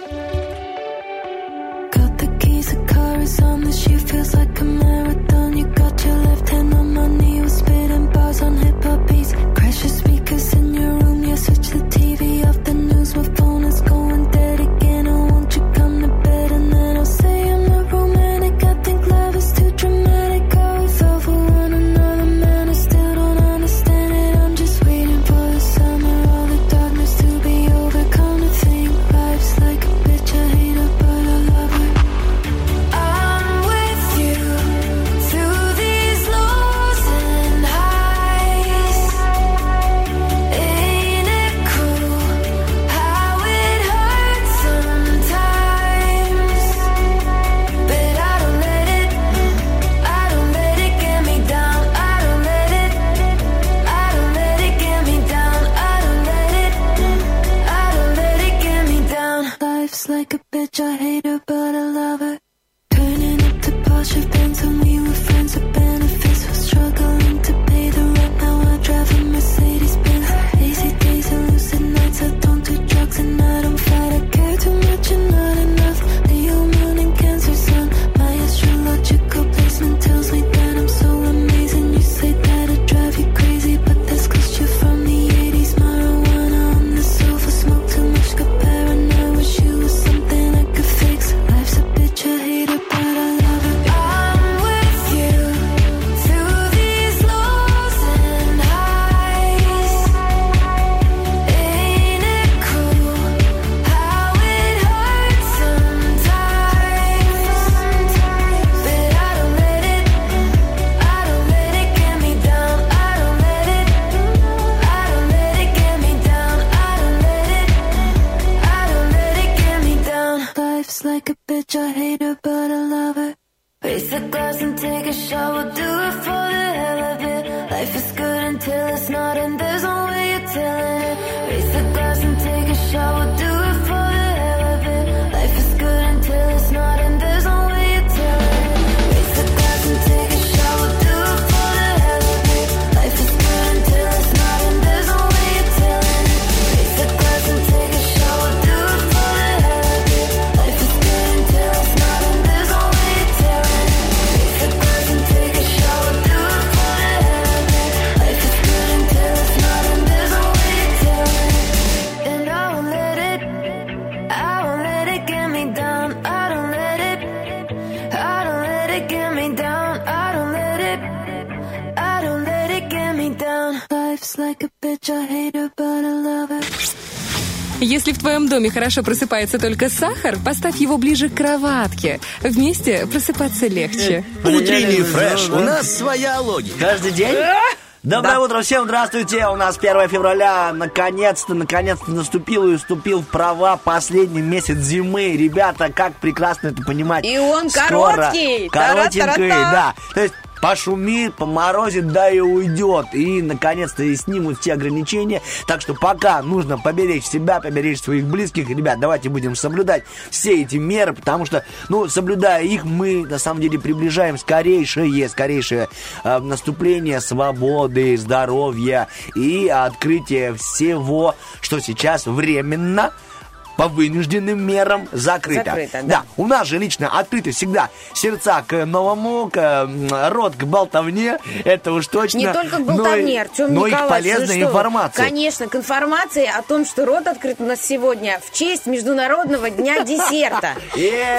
Если в твоем доме хорошо просыпается только сахар, поставь его ближе к кроватке. Вместе просыпаться легче. Утренний фреш. У нас своя логика. Каждый день? Доброе да. утро всем, здравствуйте. У нас первое февраля. Наконец-то, наконец-то наступил и уступил в права последний месяц зимы. Ребята, как прекрасно это понимать. И он Скоро, короткий. Коротенький, да. То есть пошумит, поморозит, да и уйдет. И, наконец-то, и снимут все ограничения. Так что пока нужно поберечь себя, поберечь своих близких. Ребят, давайте будем соблюдать все эти меры, потому что, ну, соблюдая их, мы, на самом деле, приближаем скорейшее, скорейшее э, наступление свободы, здоровья и открытие всего, что сейчас временно по вынужденным мерам закрыто. Закрыто, да. Да, у нас же лично открыты всегда сердца к новому, к, рот к болтовне, это уж точно. Не только к болтовне, Артем но и к Николаевич, полезной ну информации. Конечно, к информации о том, что рот открыт у нас сегодня в честь Международного дня десерта. В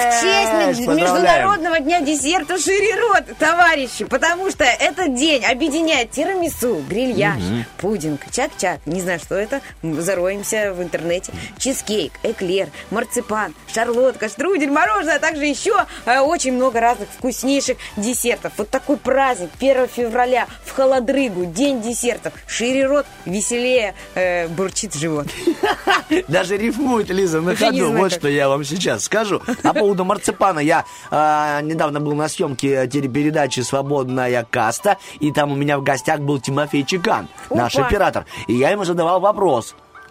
честь Международного дня десерта шире рот, товарищи, потому что этот день объединяет тирамису, грильяж, пудинг, чак-чак, не знаю, что это, зароемся в интернете, чизкейк, эклер, марципан, шарлотка, штрудель, мороженое, а также еще э, очень много разных вкуснейших десертов. Вот такой праздник первого февраля в холодрыгу, день десертов. Шире рот, веселее э, бурчит живот. Даже рифмует, Лиза, на ходу. Вот что я вам сейчас скажу. По поводу марципана. Я э, недавно был на съемке телепередачи «Свободная каста», и там у меня в гостях был Тимофей Чекан, наш оператор. И я ему задавал вопрос.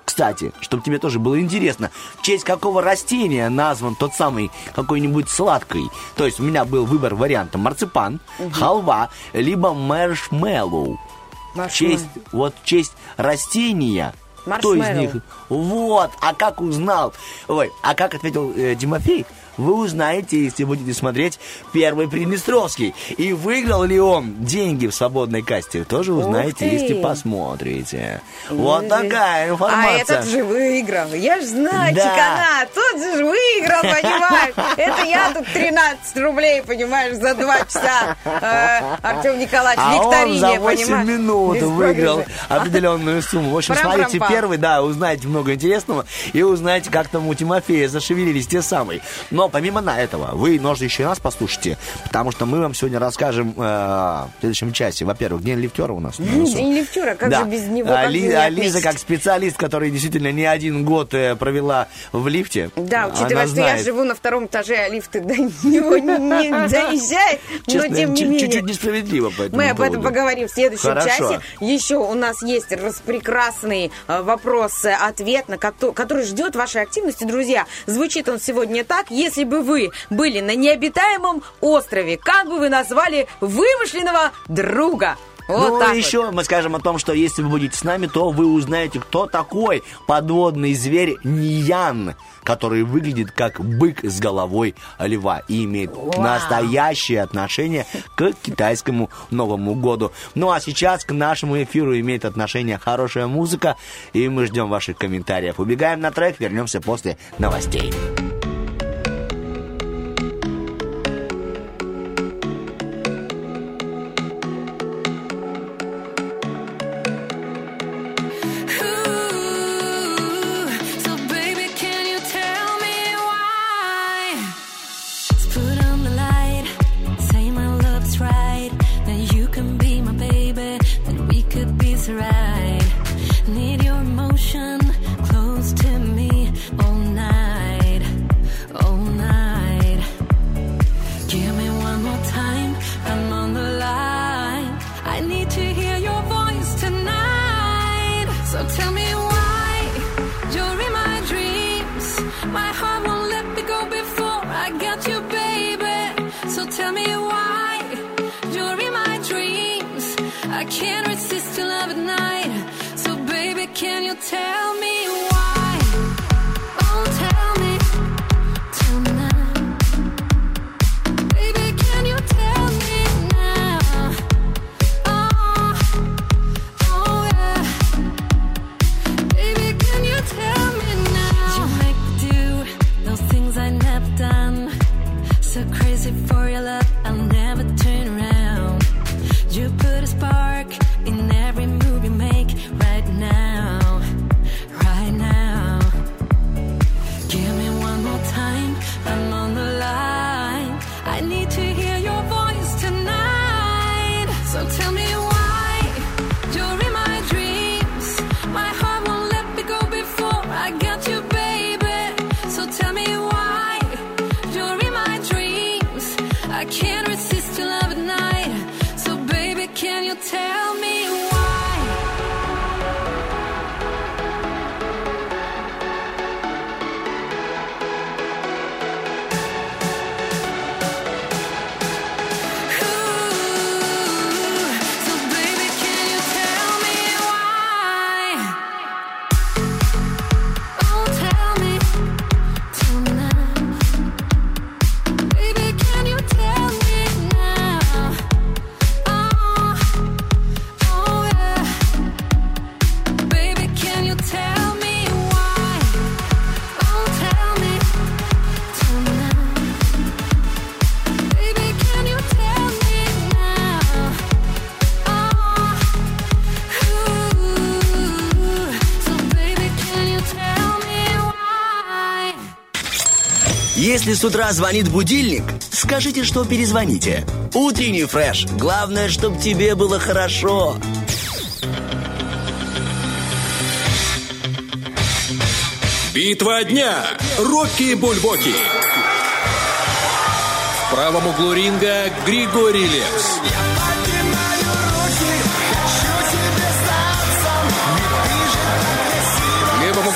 Кстати, чтобы тебе тоже было интересно, в честь какого растения назван тот самый какой-нибудь сладкий? То есть у меня был выбор варианта марципан, угу. халва, либо маршмеллоу. В честь, вот в честь растения... Кто из них? Вот, а как узнал? Ой, а как ответил э, Тимофей? Вы узнаете, если будете смотреть первый Приднестровский. И выиграл ли он деньги в свободной касте, тоже узнаете, если посмотрите. Вот такая информация. А этот же выиграл. Я ж знаю, да. Чекана, тот же выиграл, понимаешь? Это я тут тринадцать рублей, понимаешь, за два часа. Артем Николаевич в викторине, а он за восемь минут выиграл определенную сумму. В общем, смотрите первый, да, узнаете много интересного. И узнаете, как там у Тимофея зашевелились те самые. Но помимо на этого, вы нужно еще раз послушайте, потому что мы вам сегодня расскажем э, в следующем часе. Во-первых, день лифтера у нас. День лифтера, как да. же без него? А, Ли, а Лиза, как специалист, который действительно не один год э, провела в лифте. Да, учитывая, что я живу на втором этаже, а лифты до него не доезжает, но тем не менее. Чуть-чуть несправедливо по этому Мы об этом поговорим в следующем Хорошо. часе. Еще у нас есть прекрасный вопрос-ответ, на который ждет вашей активности, друзья. Звучит он сегодня так. Если бы вы были на необитаемом острове, как бы вы назвали вымышленного друга? Вот ну, так еще вот. мы скажем о том, что если вы будете с нами, то вы узнаете, кто такой подводный зверь Ниян, который выглядит как бык с головой льва и имеет Вау. настоящее отношение к китайскому Новому году. Ну а сейчас к нашему эфиру имеет отношение хорошая музыка, и мы ждем ваших комментариев. Убегаем на трек, вернемся после новостей. Если с утра звонит будильник, скажите, что перезвоните. Утренний фреш. Главное, чтобы тебе было хорошо. Битва дня. Рокки Бульбоки. В правом углу ринга Григорий Лепс. В левом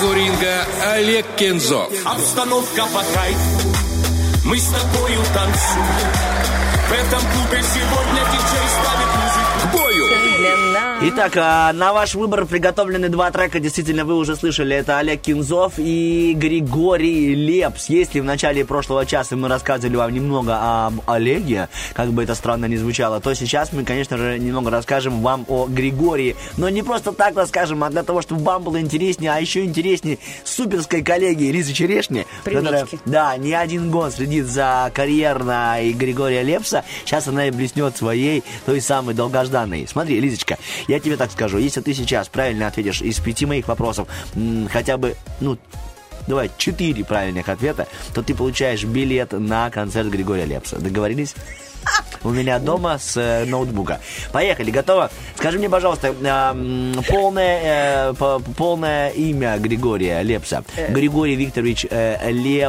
Олег Кензов. Обстановка по кайфу, мы с тобою танцуем. В этом клубе сегодня диджей ставит музыку. К бою! Итак, на ваш выбор приготовлены два трека. Действительно, вы уже слышали. Это Олег Кензов и Григорий Лепс. Если в начале прошлого часа мы рассказывали вам немного об Олеге, как бы это странно ни звучало, то сейчас мы, конечно же, немного расскажем вам о Григории. Но не просто так расскажем, а для того, чтобы вам было интереснее, а еще интереснее суперской коллеги Лизы Черешни, которая, да, не один год следит за карьерой Григория Лепса. Сейчас она и блеснет своей, той самой долгожданной. Смотри, Лизочка, я тебе так скажу, если ты сейчас правильно ответишь из пяти моих вопросов, м- хотя бы, ну, давай, четыре правильных ответа, то ты получаешь билет на концерт Григория Лепса. Договорились? У меня дома с э, ноутбука. Поехали, готово? Скажи мне, пожалуйста, э, полное, э, по, полное имя Григория Лепса. Григорий Викторович э,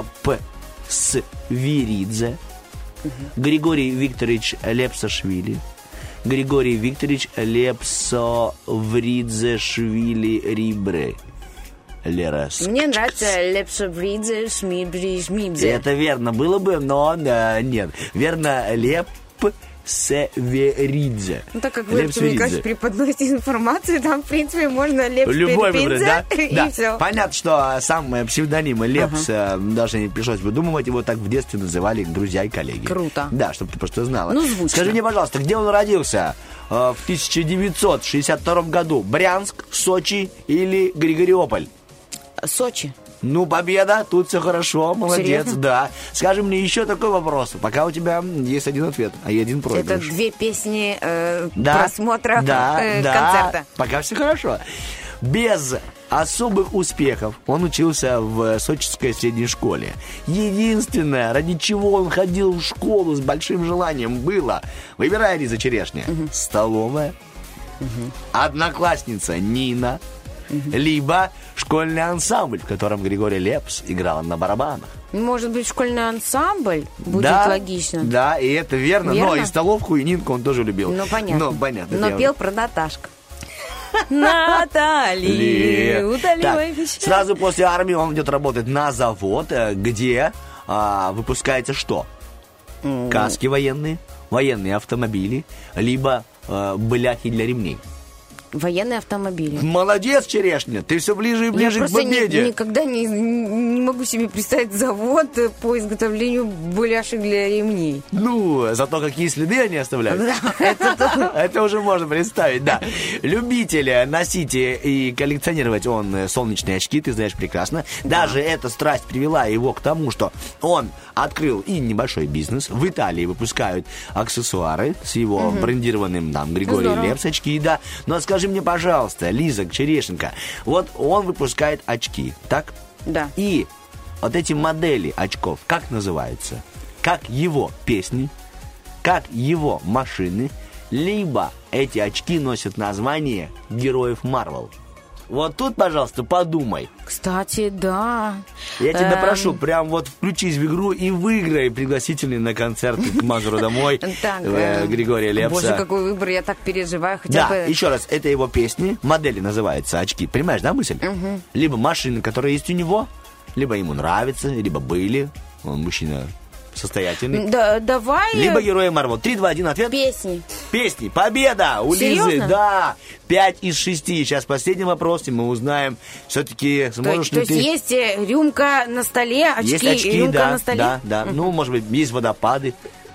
Лепсвиридзе. Григорий Викторович Лепсашвили. Григорий Викторович Лепсовридзешвили Рибре. Лерас. Мне нравится Лепсовридзе Шмибри Шмибзе. Это верно было бы, но да, нет. Верно, Леп Северидзе. Ну, так как вы, мне кажется, преподносите информацию, там, в принципе, можно Лепс любой выбрать, да? и да. все. Понятно, что сам псевдоним Лепс, ага. даже не пришлось выдумывать, его так в детстве называли друзья и коллеги. Круто. Да, чтобы ты просто знала. Ну, звучно. Скажи мне, пожалуйста, где он родился? В тысяча девятьсот шестьдесят втором году. Брянск, Сочи или Григориополь? Сочи. Ну, победа, тут все хорошо, молодец, Серьезно? да. Скажи мне еще такой вопрос, пока у тебя есть один ответ, а я один проигрыш. Это две песни э, да, просмотра да, э, да, концерта. Пока все хорошо. Без особых успехов он учился в сочинской средней школе. Единственное, ради чего он ходил в школу с большим желанием, было, выбирай, Лиза Черешня, угу. столовая, угу. одноклассница Нина, угу. либо школьный ансамбль, в котором Григорий Лепс играл на барабанах. Может быть, школьный ансамбль будет да, логично. Да, и это верно, верно, но и столовку, и Нинку он тоже любил. Ну, понятно. Ну, понятно. Но пел про Наташку. Натали, удали мои вещи. Сразу после армии он идет работать на завод, где а, выпускается что? Mm. Каски военные, военные автомобили, либо а, бляхи для ремней. Военные автомобили. Молодец, Черешня, ты все ближе и ближе я к победе. Я никогда не, не могу себе представить завод по изготовлению бляшек для ремней. Ну, зато какие следы они оставляют. Да, это, это уже можно представить, да. Любитель носить и коллекционировать он солнечные очки, ты знаешь прекрасно. Даже эта страсть привела его к тому, что он открыл и небольшой бизнес. В Италии выпускают аксессуары с его угу. брендированным там Григорий Лепс очки, да. Но скажи мне, пожалуйста, Лиза Черешенко, вот он выпускает очки, так? Да. И вот эти модели очков, как называются? Как его песни, как его машины, либо эти очки носят название героев Марвел. Вот тут, пожалуйста, подумай. Кстати, да. Я тебя эм... прошу, прям вот включись в игру и выиграй пригласительный на концерт к Мазуру домой Григория Лепса. Боже, какой выбор, я так переживаю. Да, еще раз, это его песни, модели называются очки. Понимаешь, да, мысль? Либо машины, которые есть у него, либо ему нравятся, либо были. Он мужчина состоятельный. Да, давай. Либо герои Марвел. Три, два, один, ответ. Песни. Песни. Победа у Серьезно? Лизы. Да. Пять из шести. Сейчас последний вопрос, и мы узнаем, все-таки сможешь то, ли то ты... есть есть рюмка на столе, очки, есть очки, рюмка да, на столе? да, да. Mm-hmm. Ну, может быть, есть водопады.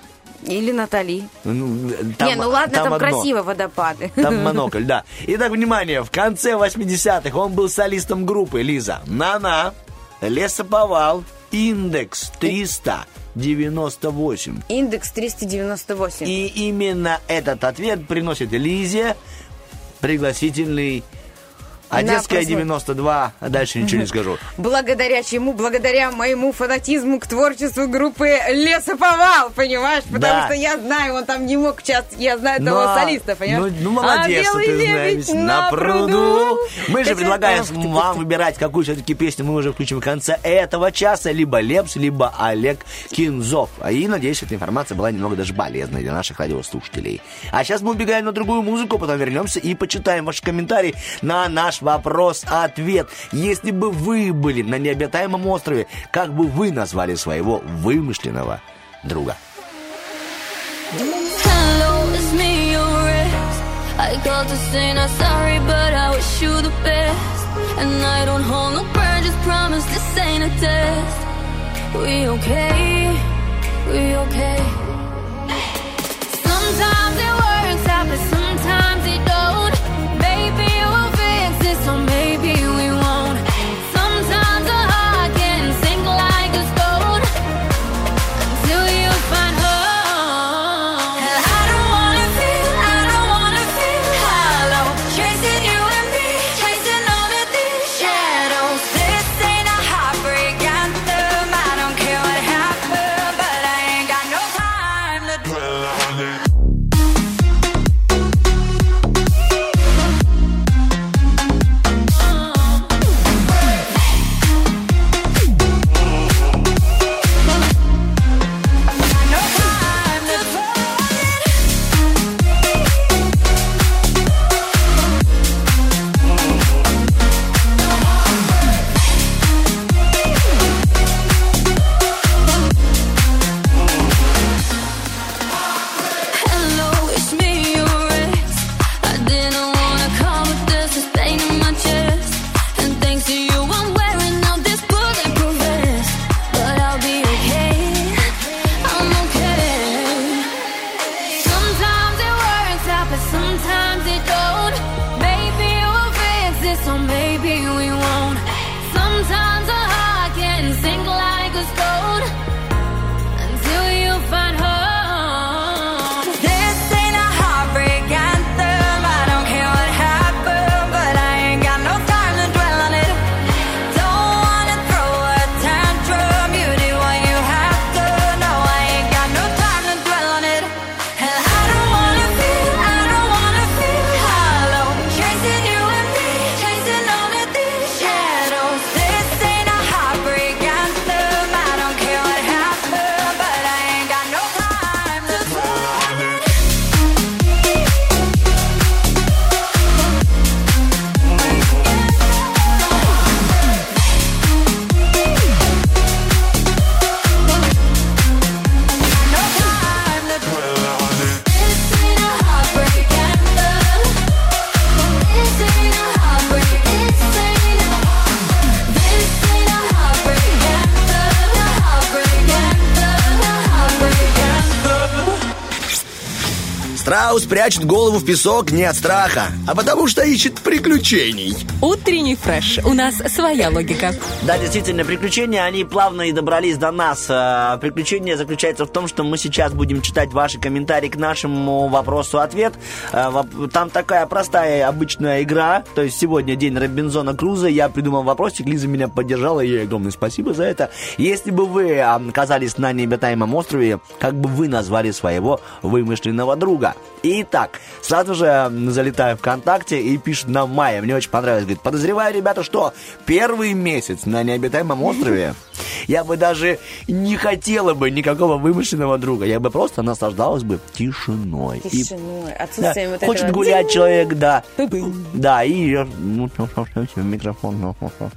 Или Натали. Ну, там, Не, ну ладно, там, там красиво водопады. Там монокль, да. Итак, внимание, в конце восьмидесятых он был солистом группы Лиза. На-на, Лесоповал, Индекс триста девяносто восемь. Индекс триста девяносто восемь. И именно этот ответ приносит Лизе пригласительный Одесская девяносто два, а дальше ничего не скажу. Благодаря чему? Благодаря моему фанатизму к творчеству группы Лесоповал, понимаешь? Потому да. что я знаю, он там не мог участвовать, я знаю того Но, солиста, понимаешь? Ну, ну молодец, а ты знаешь, на пруду. пруду. Мы же предлагаем вам выбирать, какую все-таки песню мы уже включим в конце этого часа. Либо Лепс, либо Олег Кензов. И надеюсь, эта информация была немного даже полезной для наших радиослушателей. А сейчас мы убегаем на другую музыку, потом вернемся и почитаем ваши комментарии на наш наш вопрос-ответ. Если бы вы были на необитаемом острове, как бы вы назвали своего вымышленного друга? Hello, it's me, your ex. I called to say not sorry, but I wish you the best. And I don't hold no grudges, promise this ain't a test. We okay, we okay. Sometimes it works out, but sometimes it don't. Maybe we'll fix this, or maybe we won't. Sometimes a heart can sink like a stone until you find home. And I don't wanna feel, I don't wanna feel hollow, chasing you and me, chasing all of these shadows. This ain't a heartbreak anthem. I don't care what happened, but I ain't got no time to dwell on it. Hello, it's me, your ex. I didn't wanna come with this, it's pain in my chest. And thanks to you, I'm wearing out this bulletproof vest. But I'll be okay, I'm okay. Sometimes it works out, but sometimes it don't. Maybe we'll fix this, or maybe we won't. Sometimes a heart can sink like a stone until you find home. This ain't a heartbreak anthem. I don't care what happened, but I ain't got no time to dwell on it. Don't wanna throw a tantrum. You did what you have to. No, I ain't got no time to dwell on it. And I don't wanna feel, I don't wanna feel hollow, chasing you and me, chasing all of these shadows. This ain't a heartbreak anthem. I don't care what happened, but I ain't got no time to dwell on it. No time to dwell on it. This ain't a heartbreak anthem. This ain't a heartbreak. This ain't a This ain't a heartbreak anthem. A heartbreak anthem. A heartbreak anthem. Страус прячет голову в песок не от страха, а потому что ищет приключений. Утренний фреш. У нас своя логика. Да, действительно, приключения, они плавно и добрались до нас. А, Приключение заключается в том, что мы сейчас будем читать ваши комментарии к нашему вопросу-ответ. А, воп- Там такая простая обычная игра. То есть сегодня день Робинзона Крузо. Я придумал вопросик, Лиза меня поддержала, ей огромное спасибо за это. Если бы вы а, оказались на необитаемом острове, как бы вы назвали своего вымышленного друга? Итак, сразу же м, залетаю ВКонтакте и пишет нам Майя. Мне очень понравилось. Говорит, подозреваю, ребята, что первый месяц на необитаемом острове я бы даже не хотела бы никакого вымышленного друга. Я бы просто наслаждалась бы тишиной. И- Тишиной, отсутствием да, вот хочет этого. гулять человек, да. Да, и ну, микрофон.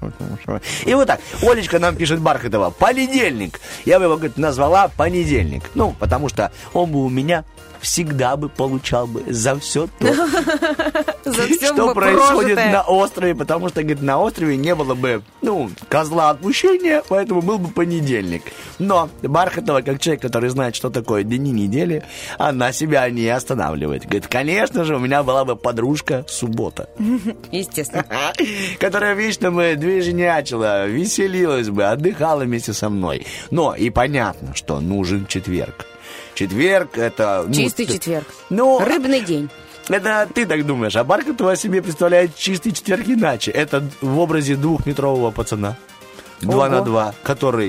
И вот так. Олечка нам пишет Бархатова. Понедельник. Я бы его, говорит, назвала понедельник. Ну, потому что он бы у меня всегда бы получал бы за все то, За всё что бы происходит прожитое. на острове, потому что, говорит, на острове не было бы, ну, козла отпущения, поэтому был бы понедельник. Но Бархатова, как человек, который знает, что такое дни недели, она себя не останавливает. Говорит, конечно же, у меня была бы подружка суббота, Естественно. которая вечно бы движенячила, веселилась бы, отдыхала вместе со мной. Но и понятно, что нужен четверг. Четверг это... ну, Чистый т- четверг. Ну, Рыбный день. это ты так думаешь, а Бархатова себе представляет чистый четверг иначе. Это в образе двухметрового пацана. Два Ого. на два, который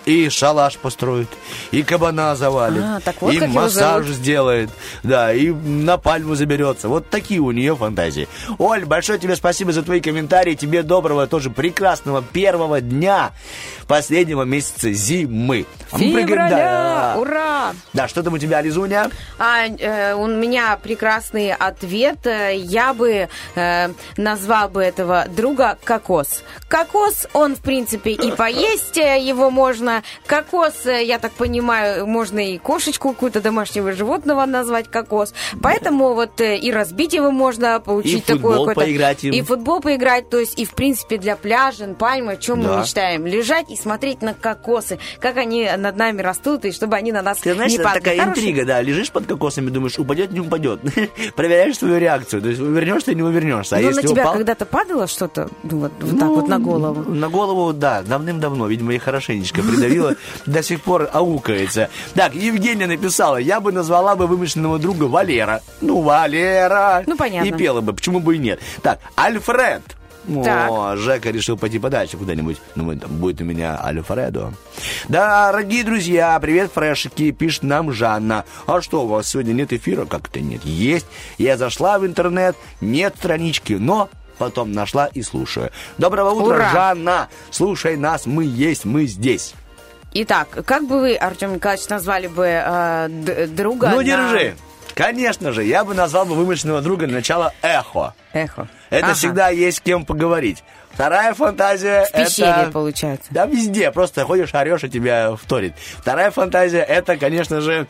и шалаш построит, и кабана завалит, а, так вот и как массаж сделает, да, и на пальму заберется. Вот такие у нее фантазии. Оль, большое тебе спасибо за твои комментарии. Тебе доброго, тоже прекрасного первого дня последнего месяца зимы. Февраля! Ура! Да, что там у тебя, Лизуня? А, э, у меня прекрасный ответ. Я бы э, назвал бы этого друга кокос. Кокос, он, в принципе, и поесть его можно. Кокос, я так понимаю, можно и кошечку какую-то домашнего животного назвать кокос. Поэтому вот и разбить его можно, получить и такое какое-то... поиграть им. И футбол поиграть, то есть и, в принципе, для пляжа, пальмы, о чем да. мы мечтаем? Лежать и смотреть на кокосы, как они над нами растут, и чтобы они на нас Ты знаешь, не падали. Такая Хороший? интрига, да, лежишь под кокосами, думаешь, упадет, не упадет. Проверяешь свою реакцию, то есть увернешься, не увернешься. А Но если на тебя упал... когда-то падало что-то ну, вот, вот ну, так вот на голову? На голову, да, давным-давно, видимо, и хорошенечко придавило, до сих пор аукается. Так, Евгения написала, я бы назвала бы вымышленного друга Валера. Ну, Валера. Ну, понятно. И пела бы, почему бы и нет. Так, Альфред. Так. О, Жека решил пойти подальше куда-нибудь. Ну, там будет у меня Альфредо. Дорогие друзья, привет, фрешики, пишет нам Жанна. А что, у вас сегодня нет эфира? Как это нет? Есть. Я зашла в интернет, нет странички, но потом нашла и слушаю. Доброго утра, Ура! Жанна. Слушай нас, мы есть, мы здесь. Итак, как бы вы, Артем Николаевич, назвали бы э, д- друга? Ну, на... держи. Конечно же, я бы назвал бы вымышленного друга для начала Эхо. Эхо. Это ага. всегда есть с кем поговорить. Вторая фантазия... В пещере, это... получается. Да, везде. Просто ходишь, орешь, и тебя вторит. Вторая фантазия, это, конечно же,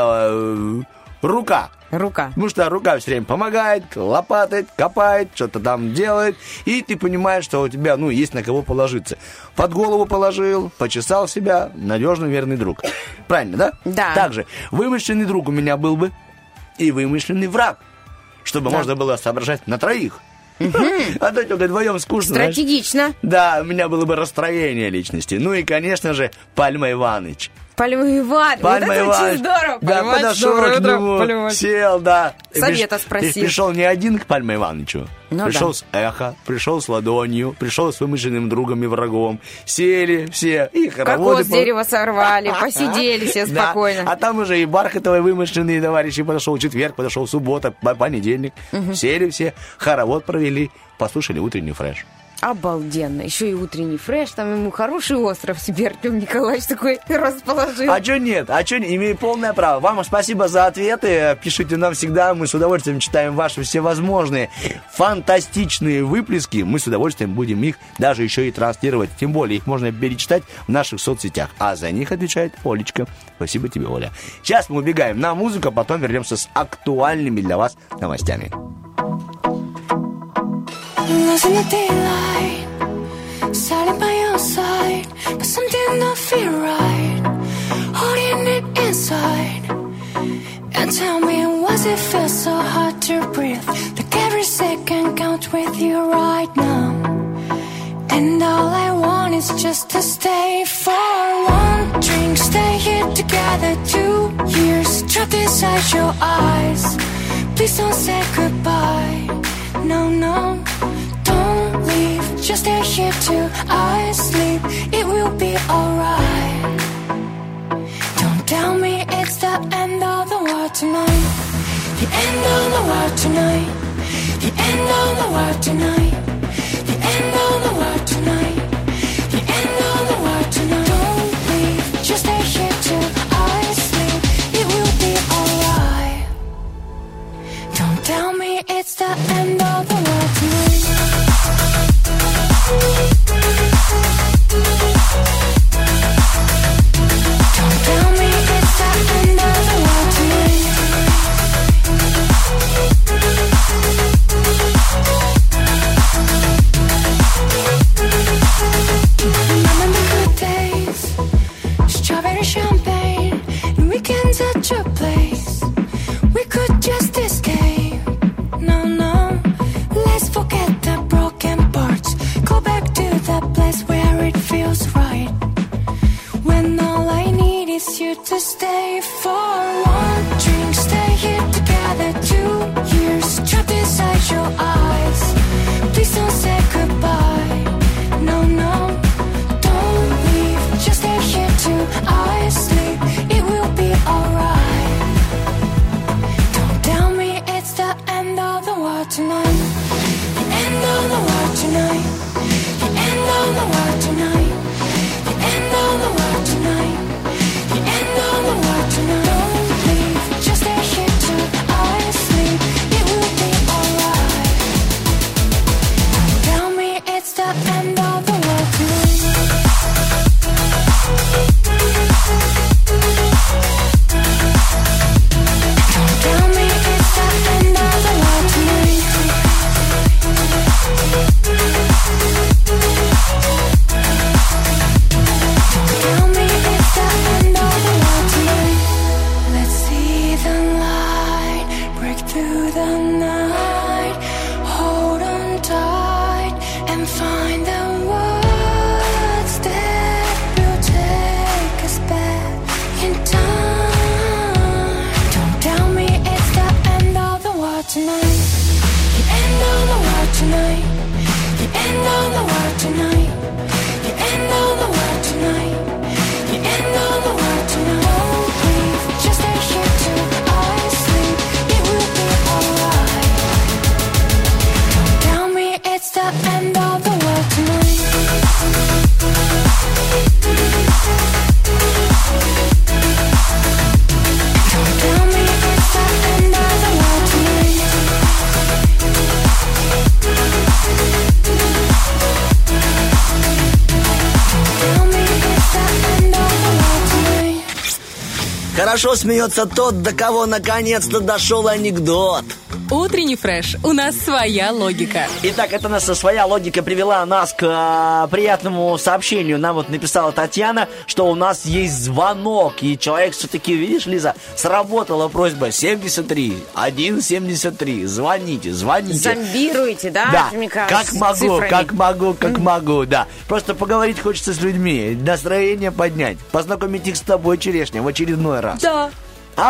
э, рука. Рука. Потому что рука все время помогает, лопатает, копает, что-то там делает. И ты понимаешь, что у тебя, ну, есть на кого положиться. Под голову положил, почесал себя. Надежный, верный друг. Правильно, да? Да. Также, вымышленный друг у меня был бы и вымышленный враг. Чтобы да. можно было соображать на троих. Угу. А то только вдвоем скучно. Стратегично. Знаешь? Да, у меня было бы расстроение личности. Ну и, конечно же, Пальма Иваныч. Пальма Иванович. Пальма вот это Иванович. очень здорово. Да, Пальма подошел Иванович, к нему, Пальма сел, да. Совета и спросил. И пришел не один к Пальме Ивановичу. Ну, пришел да. с эхо, пришел с ладонью, пришел с вымышленным другом и врагом. Сели все. И хороводы... Кокос с дерева сорвали, посидели все спокойно. Да. А там уже и Бархатовый вымышленные товарищи. Подошел четверг, подошел суббота, понедельник. Угу. Сели все, хоровод провели, послушали утренний фреш. Обалденно. Еще и утренний фреш. Там ему хороший остров себе Артем Николаевич такой расположил. А что нет? А что имею полное право. Вам спасибо за ответы. Пишите нам всегда. Мы с удовольствием читаем ваши всевозможные фантастичные выплески. Мы с удовольствием будем их даже еще и транслировать. Тем более их можно перечитать в наших соцсетях. А за них отвечает Олечка. Спасибо тебе, Оля. Сейчас мы убегаем на музыку, а потом вернемся с актуальными для вас новостями. Lost in the daylight, silent by your side, but something don't feel right, holding it inside. And tell me, why's it feel so hard to breathe? Like every second counts with you right now. And all I want is just to stay for one drink, stay here together two years, trapped inside your eyes. Please don't say goodbye, no, no. Just stay here till I sleep. It will be alright. Don't tell me it's the end of the world tonight. The end of the world tonight. The end of the world tonight. The end of the world tonight. The end of the world tonight. Don't leave. Just stay here till I sleep. It will be alright. Don't tell me it's the end of the world tonight. Don't tell me it's the end of the world tonight. Remember the good days, strawberry champagne, and weekends at your place. We could just escape. No, no, let's forget the broken parts. Go back to the place where it feels right. When all I need is you to stay for one drink, stay here together two years, trapped inside your eyes. Please don't say goodbye, no, no, don't leave. Just stay here Хорошо смеется тот, до кого наконец-то дошел анекдот. Утренний фреш. У нас своя логика. Итак, это наша своя логика привела нас к а, приятному сообщению. Нам вот написала Татьяна, что у нас есть звонок. И человек все-таки, видишь, Лиза, сработала просьба семьдесят три один семьдесят три. Звоните, звоните. Зомбируете, да? Да, мне кажется, как могу, цифрами. как могу, как могу, да. Просто поговорить хочется с людьми, настроение поднять, познакомить их с тобой, Черешня, в очередной раз. Да. А?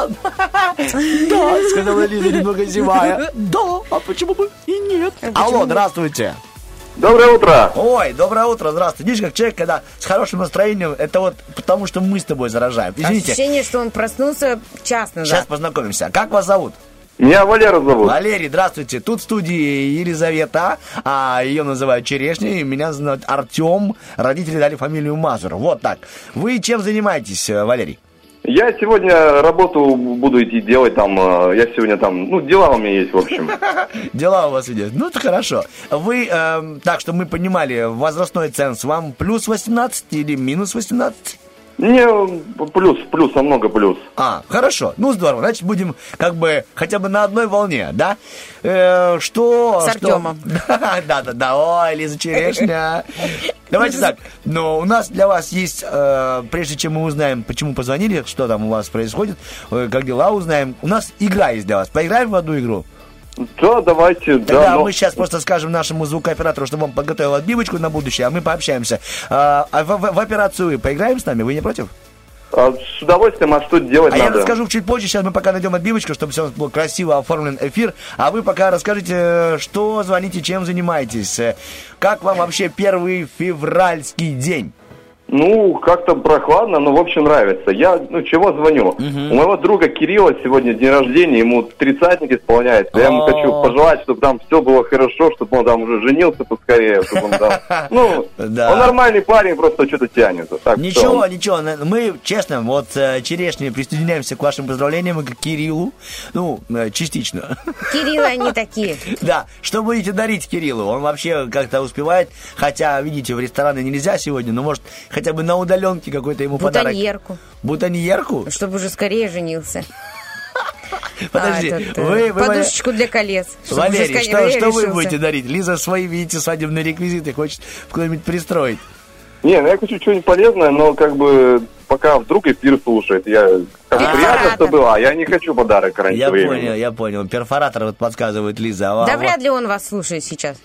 Да, сказала Лиза, немного зевая. Да, а почему бы и нет? Алло, здравствуйте. Доброе утро. Ой, доброе утро, здравствуйте. Видишь, как человек, когда с хорошим настроением, это вот потому, что мы с тобой заражаем. Извините. Ощущение, что он проснулся час назад. Сейчас познакомимся. Как вас зовут? Меня Валера зовут. Валерий, здравствуйте. Тут в студии Елизавета, а ее называют Черешней, и меня зовут Артем. Родители дали фамилию Мазур. Вот так. Вы чем занимаетесь, Валерий? Я сегодня работу буду идти делать там, я сегодня там, ну, дела у меня есть, в общем. Дела у вас идет. Ну, это хорошо. Вы, э, так, чтобы мы понимали, возрастной ценз вам плюс восемнадцать или минус восемнадцать? Не, плюс, плюс, намного плюс. А, хорошо. Ну, здорово. Значит, будем как бы хотя бы на одной волне, да? Э, что... С Артемом. Да-да-да. Ой, Лиза Черешня. Давайте так. Но у нас для вас есть, э, прежде чем мы узнаем, почему позвонили, что там у вас происходит, э, как дела узнаем, у нас игра есть для вас. Поиграем в одну игру? Да, давайте, Тогда да. мы но... сейчас просто скажем нашему звукооператору, чтобы он подготовил отбивочку на будущее, а мы пообщаемся. А, а в, в, в операцию вы поиграем с нами? Вы не против? А, с удовольствием, а что делать а надо? А я расскажу чуть позже, сейчас мы пока найдем отбивочку, чтобы все был красиво оформлен эфир. А вы пока расскажите, что звоните, чем занимаетесь. Как вам вообще первый февральский день? Ну, как-то прохладно, но, в общем, нравится. Я, ну, чего звоню? Uh-huh. У моего друга Кирилла сегодня день рождения, ему тридцатник исполняется. Я ему хочу пожелать, чтобы там все было хорошо, чтобы он там уже женился поскорее, чтобы он там... Ну, он нормальный парень, просто что-то тянет. Ничего, ничего. Мы, честно, вот Черешня, присоединяемся к вашим поздравлениям и к Кириллу. Ну, частично. Кириллы они такие. Да. Что будете дарить Кириллу? Он вообще как-то успевает, хотя, видите, в рестораны нельзя сегодня, но, может... Хотя бы на удаленке какой-то ему подарок. Бутоньерку. Бутоньерку? Чтобы уже скорее женился. Подожди, а, этот, вы, вы... подушечку для колец. Валерий, что, что вы будете дарить? Лиза свои, видите, свадебные реквизиты хочет куда-нибудь пристроить. Не, ну я хочу что-нибудь полезное, но как бы пока вдруг эфир слушает. Я как бы приятно, что было, а я не хочу подарок раньше я времени. Я понял, я понял. Перфоратор вот подсказывает Лиза. А да а вряд ли он вас слушает сейчас.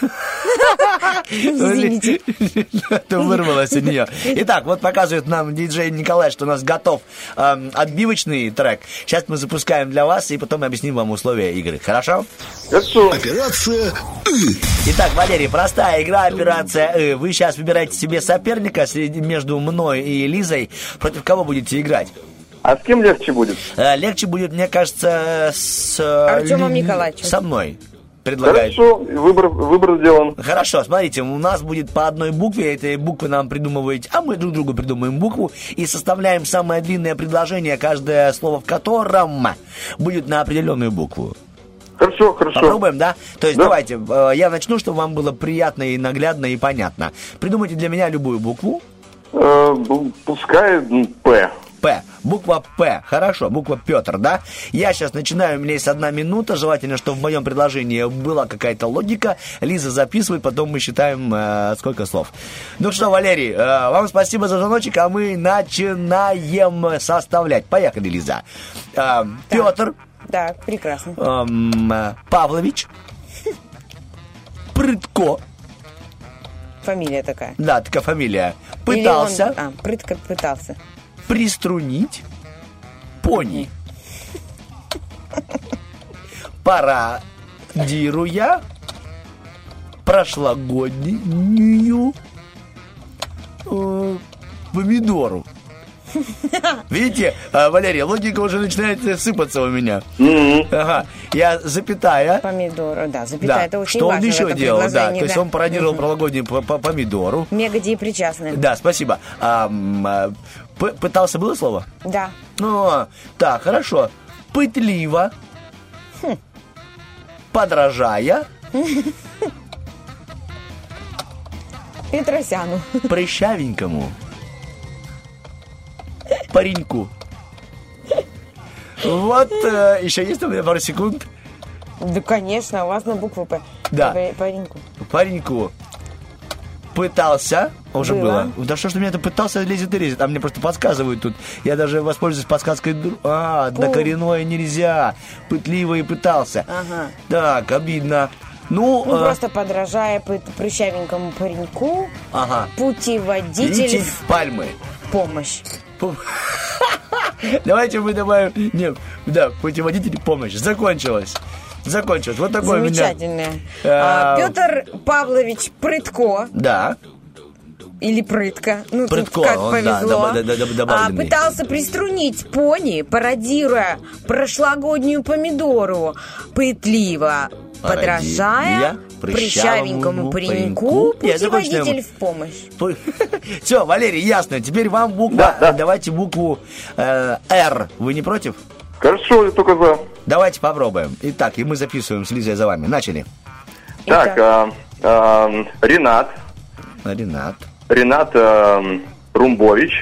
Извините. Это вырвалось у нее. Итак, вот показывает нам диджей Николай, что у нас готов э, отбивочный трек. Сейчас мы запускаем для вас, и потом объясним вам условия игры. Хорошо? Хорошо. Операция Итак, Валерий, простая игра, операция И. Вы сейчас выбираете себе соперника среди, между мной и Лизой. Против кого будете играть? А с кем легче будет? Э, легче будет, мне кажется, с... Артемом Николаевичем. Со мной. Предлагаю. Хорошо, выбор, выбор сделан. Хорошо, смотрите, у нас будет по одной букве, этой буквы нам придумываете, а мы друг другу придумаем букву и составляем самое длинное предложение, каждое слово в котором будет на определенную букву. Хорошо, хорошо. Попробуем, да? То есть да. давайте, я начну, чтобы вам было приятно и наглядно и понятно. Придумайте для меня любую букву. Э, пускай П. П. Буква П. Хорошо, буква Петр, да? Я сейчас начинаю, у меня есть одна минута. Желательно, чтобы в моем предложении была какая-то логика. Лиза записывает, потом мы считаем, э, сколько слов. Ну что, Валерий, э, вам спасибо за звоночек, а мы начинаем составлять. Поехали, Лиза. Э, Петр. Да, прекрасно. Э, Павлович. Прытко. Фамилия такая. Да, такая фамилия. Пытался. Он... А, Прытко пытался. Приструнить пони. Пародируя прошлогоднюю э, помидору. Видите, Валерия, логика уже начинает сыпаться у меня. Mm-hmm. Ага. Я запятая. Помидору, да, запятая, да. Это очень что важно. Что он еще делал, да. То есть да. он пародировал mm-hmm. прошлогоднюю помидору. Мегади причастный. Да, спасибо. А, а, п- пытался было слово? Да. Ну, так, хорошо. Пытливо. Хм. Подражая. Петросяну. Прыщавенькому. Пареньку. Вот, э, еще есть у меня пару секунд? Да, конечно, у вас на букву П. Да. Пареньку. Пареньку. Пытался, уже Было. было. Да что ж ты меня это пытался, лезет и лезет. А мне просто подсказывают тут. Я даже воспользуюсь подсказкой. А, однокоренное нельзя. Пытливый пытался. Ага. Так, обидно. Ну, Ну, э, просто подражая пы- прыщавенькому пареньку, ага. путеводитель Лететь в в пальмы. помощь. Давайте мы добавим... Нет, да, путеводитель помощь. Закончилось. Закончилось. Вот такой у меня... Замечательное. А, А, Петр Павлович Прытко. Да. Или Прытко. Ну, тут Прытко, как он, повезло. да, доб- доб- а, добавленный. пытался приструнить пони, пародируя прошлогоднюю помидору, пытливо подражая прыщавенькому пареньку, путеводитель в помощь. Все, Валерий, ясно. Теперь вам буква... Да, да. Давайте букву э, «Р». Вы не против? Хорошо, я только за. Давайте попробуем. Итак, и мы записываем с Лизой за вами. Начали. Так, а, а, Ренат. Ренат. Ренат а, Румбович.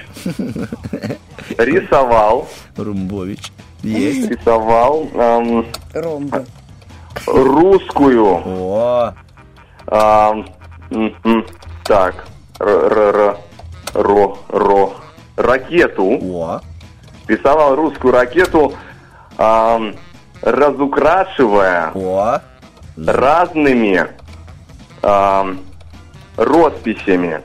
Рисовал. Румбович. Есть. Рисовал. ам, Ромбы. Русскую. О. ам, м, м, так. Р- р- р- Ро. Ро. Ракету. О. Рисовал русскую ракету, ам, разукрашивая О. разными ам, росписями.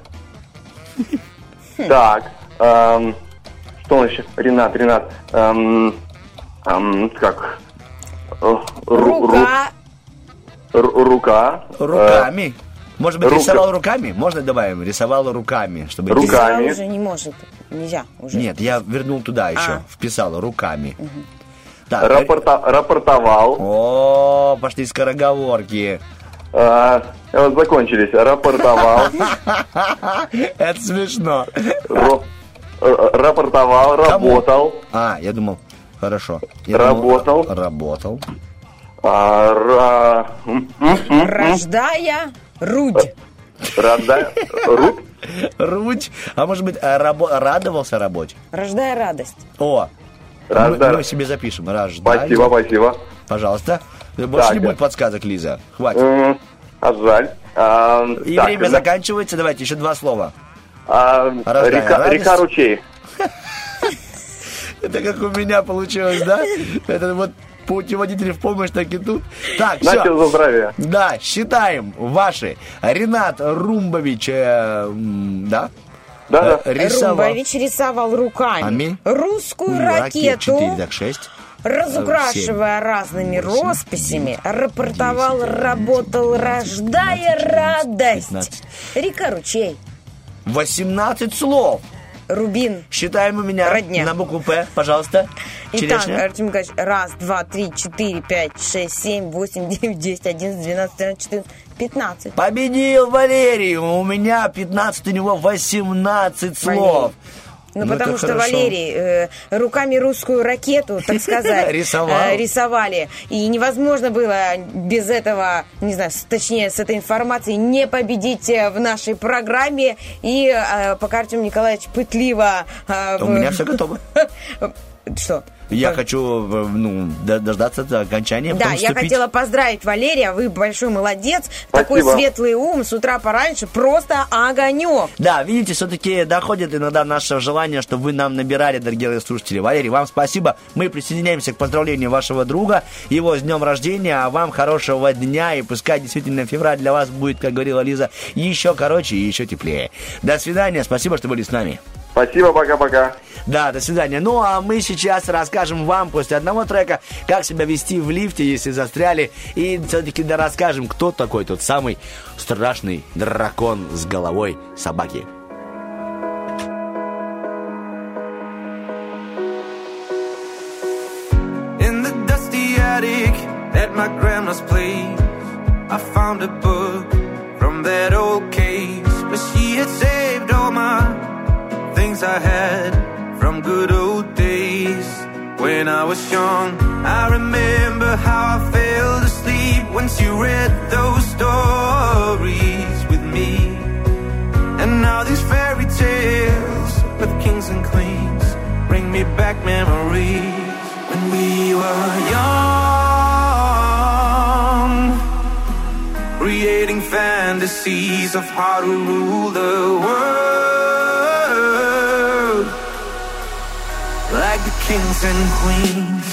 Так, ам, что он еще? Ренат, Ренат. ам, ам, как? Э, ру- Рука. ру- ру- рука. Руками. Может быть, рука. рисовал руками? Можно добавим? Рисовал руками. Чтобы Руками. Рисовал уже не может. Нельзя уже. Нет, я вернул туда еще. А. Вписал руками. Угу. Так, Рапорта- рапортовал. О, пошли скороговорки. А, вот закончились. Рапортовал. Это смешно. Ро- р- Рапортовал, работал. А, я думал, хорошо. Я Работал. думал, работал. А, ра- м, м, м, м. Рождая рудь. Рожда- ру- Руть. А может быть, а, рабо- радовался работе? Рождая радость. О, мы, Рожда- мы себе запишем. Рождая. Спасибо, спасибо. Пожалуйста. Больше Так, не будет э. подсказок, Лиза. Хватит. М, А жаль. А, И так, время да. заканчивается. Давайте еще два слова. А, Рождая река, радость. река ручей. Это как у меня получилось, да? Это вот путеводитель в помощь, так и тут. Так, Начал все. за здравие. Да, считаем ваши. Ренат Румбович, э, м, да? Да, Э, рисовал. Румбович рисовал руками Ами? русскую М, ракет ракету, четыре, так, шесть. разукрашивая разными росписями, рапортовал, работал, рождая радость. пятнадцать. Река ручей. восемнадцать слов. Рубин. Считаем у меня Родня. на букву П, пожалуйста. Итак, Черешня. Артем Николаевич, раз, два, три, четыре, пять, шесть, семь, восемь, девять, десять, одиннадцать, двенадцать, тринадцать, четырнадцать, пятнадцать. Победил Валерий. У меня пятнадцать, у него восемнадцать слов. Ну, Ну, потому это что хорошо. Валерий э, руками русскую ракету, так сказать, Рисовал. э, рисовали. И невозможно было без этого, не знаю, с- точнее, с этой информацией не победить э, в нашей программе. И э, пока Артем Николаевич пытливо... э, У в- меня все готово. Что? Я хочу э, ну, д- дождаться до окончания. Да, потом я вступить. хотела поздравить Валерия, вы большой молодец. Такой Спасибо. светлый ум, с утра пораньше, просто огонек. Да, видите, все-таки доходит иногда наше желание, чтобы вы нам набирали, дорогие слушатели. Валерий, вам спасибо. Мы присоединяемся к поздравлению вашего друга, его с днем рождения, а вам хорошего дня, и пускай действительно февраль для вас будет, как говорила Лиза, еще короче и еще теплее. До свидания, спасибо, что были с нами. Спасибо, пока-пока. Да, до свидания. Ну, а мы сейчас расскажем вам после одного трека, как себя вести в лифте, если застряли. И все-таки да расскажем, кто такой тот самый страшный дракон с головой собаки. In the dusty attic at my grandma's place, I found a book from that old case where she had saved all my things I had from good old days. When I was young, I remember how I fell asleep when she read those stories with me. And now these fairy tales with kings and queens bring me back memories. when we were young, creating fantasies of how to rule the world like the kings and queens.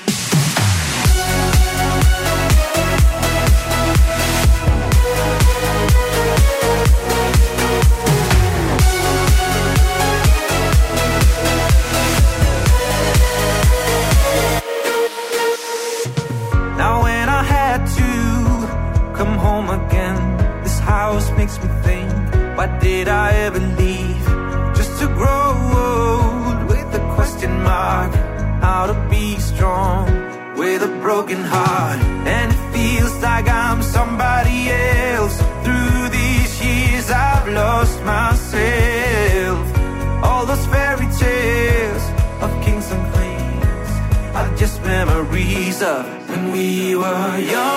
Now when I had to come home again, this house makes me think, why did I ever leave? Just to grow old with a question mark, how to be strong with a broken heart. And it feels like I'm somebody else. Through these years I've lost myself. All those fairy tales of kings and queens are just memories of when we were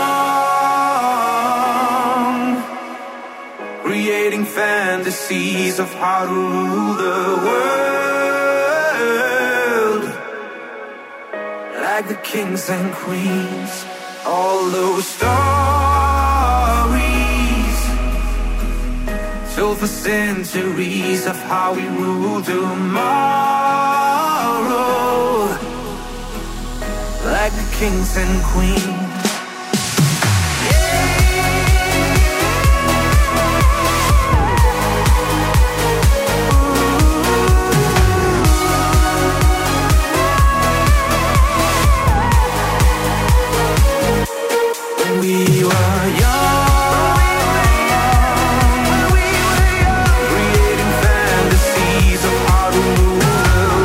young, creating fantasies of how to rule the world like the kings and queens. All those stories told for centuries of how we rule tomorrow like the kings and queens. We were young, creating fantasies of how to rule the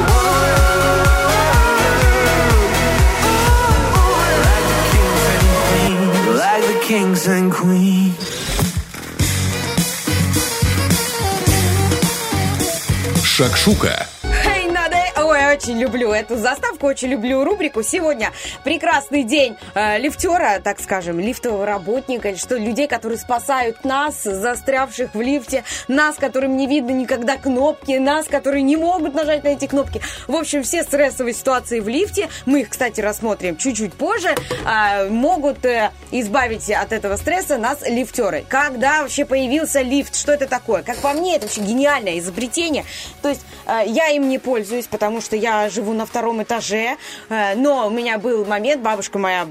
world like the kings and queens. Шакшука. Ой, очень люблю эту заставку, очень люблю рубрику. Сегодня прекрасный день э, лифтера, так скажем, лифтового работника, или что, людей, которые спасают нас, застрявших в лифте, нас, которым не видно никогда кнопки, нас, которые не могут нажать на эти кнопки. В общем, все стрессовые ситуации в лифте, мы их, кстати, рассмотрим чуть-чуть позже, э, могут э, избавить от этого стресса нас лифтеры. Когда вообще появился лифт, что это такое? Как по мне, это вообще гениальное изобретение. То есть э, я им не пользуюсь, потому что я живу на втором этаже, но у меня был момент, бабушка моя,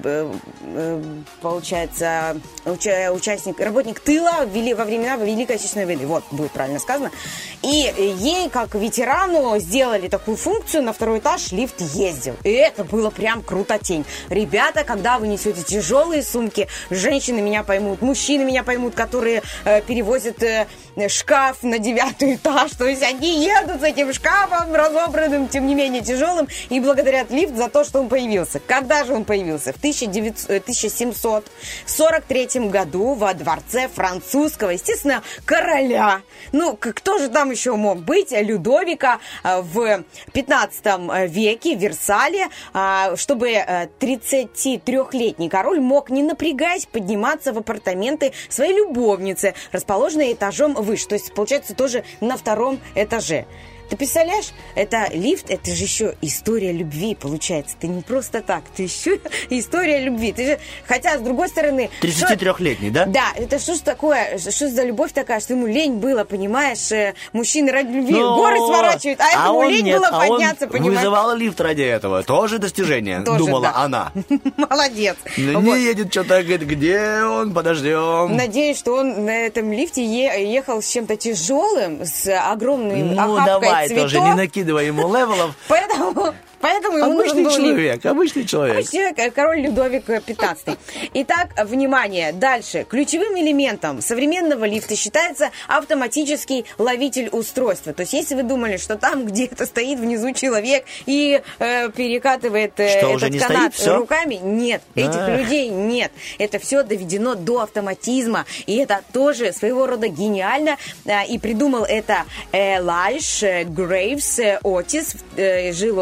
получается, участник, работник тыла во времена Великой Отечественной войны, вот, будет правильно сказано, и ей, как ветерану, сделали такую функцию, на второй этаж лифт ездил, и это было прям крутотень. Ребята, когда вы несете тяжелые сумки, женщины меня поймут, мужчины меня поймут, которые перевозят шкаф на девятый этаж, то есть они едут с этим шкафом разобранным, тем не менее тяжелым, и благодарят лифт за то, что он появился. Когда же он появился? В тысяча семьсот сорок третьем году во дворце французского, естественно, короля. Ну, кто же там еще мог быть? Людовика в пятнадцатом веке в Версале, чтобы тридцатитрёхлетний король мог, не напрягаясь, подниматься в апартаменты своей любовницы, расположенные этажом выше. То есть, получается, тоже на втором этаже. Ты представляешь, это лифт, это же еще история любви, получается. Это не просто так, это еще история любви. Ты же, хотя, с другой стороны... тридцатитрёхлетний, да? Да, это что ж такое, что за любовь такая, что ему лень было, понимаешь, мужчины ради любви Но... горы сворачивают, а этому а лень нет, было а подняться, он понимаешь? Вызывал лифт ради этого, тоже достижение, тоже, думала да. она. Молодец. Но вот. Не едет что-то, говорит, где он, подождем. Надеюсь, что он на этом лифте ехал с чем-то тяжелым, с огромной ну, охапкой давай. Цветов. Тоже не накидывай ему левелов. Поэтому, поэтому ему обычный нужен был человек, лифт. обычный человек. Обычный человек, король Людовик пятнадцатый. Итак, внимание, дальше. Ключевым элементом современного лифта считается автоматический ловитель устройства. То есть, если вы думали, что там где-то стоит внизу человек и э, перекатывает э, этот канат руками, нет, этих А-а-а. людей нет. Это все доведено до автоматизма. И это тоже своего рода гениально. Э, и придумал это Элайш Грейвс Отис. Жил он в тысяча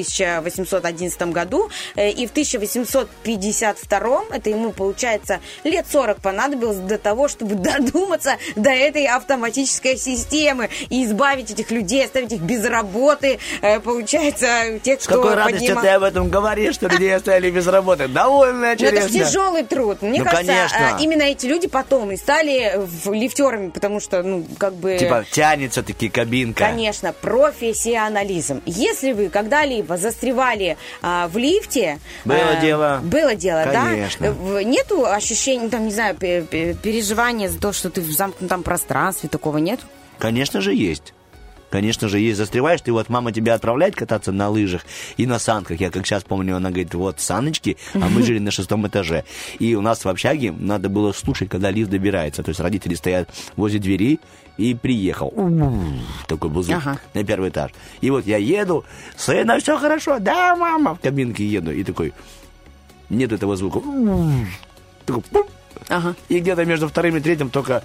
тысяча восемьсот одиннадцатом году, и в тысяча восемьсот пятьдесят втором, это ему, получается, лет сорок понадобилось до того, чтобы додуматься до этой автоматической системы и избавить этих людей, оставить их без работы, получается, тех, кто... С какой радостью поднимал... ты об этом говоришь, что людей оставили без работы? Довольно интересно. Это тяжелый труд. Мне ну, кажется, конечно. именно эти люди потом и стали лифтерами, потому что, ну, как бы... Типа тянет все-таки кабинка. Конечно, профессионализм. Если вы когда-либо застревали а, в лифте... Было а, дело. Было дело, конечно. Да? Нету ощущения, там, не знаю, переживания за то, что ты в замкнутом пространстве, такого нет? Конечно же есть. Конечно же, есть, застреваешь, ты вот мама тебя отправляет кататься на лыжах и на санках. Я как сейчас помню, она говорит, вот саночки, а мы жили на шестом этаже. И у нас в общаге надо было слушать, когда лифт добирается. То есть родители стоят возле двери, и приехал. Такой был звук ага. на первый этаж. И вот я еду, сына, все хорошо, да, мама, в кабинке еду. И такой, нет этого звука. Такой, ага. И где-то между вторым и третьим только...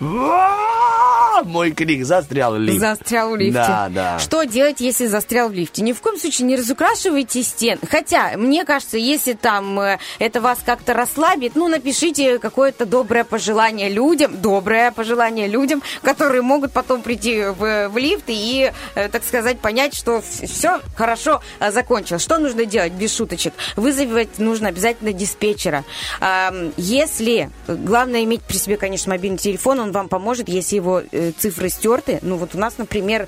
Мой крик, застрял в лифте. Застрял в лифте. Да, да. Что делать, если застрял в лифте? Ни в коем случае не разукрашивайте стен. Хотя, мне кажется, если там э, это вас как-то расслабит, ну, напишите какое-то доброе пожелание людям, доброе пожелание людям, которые могут потом прийти в, в лифт и, э, так сказать, понять, что все хорошо э, закончилось. Что нужно делать, без шуточек? Вызывать нужно обязательно диспетчера. Э, если, главное иметь при себе, конечно, мобильный телефон, он вам поможет, если его э, цифры стерты. Ну, вот у нас, например,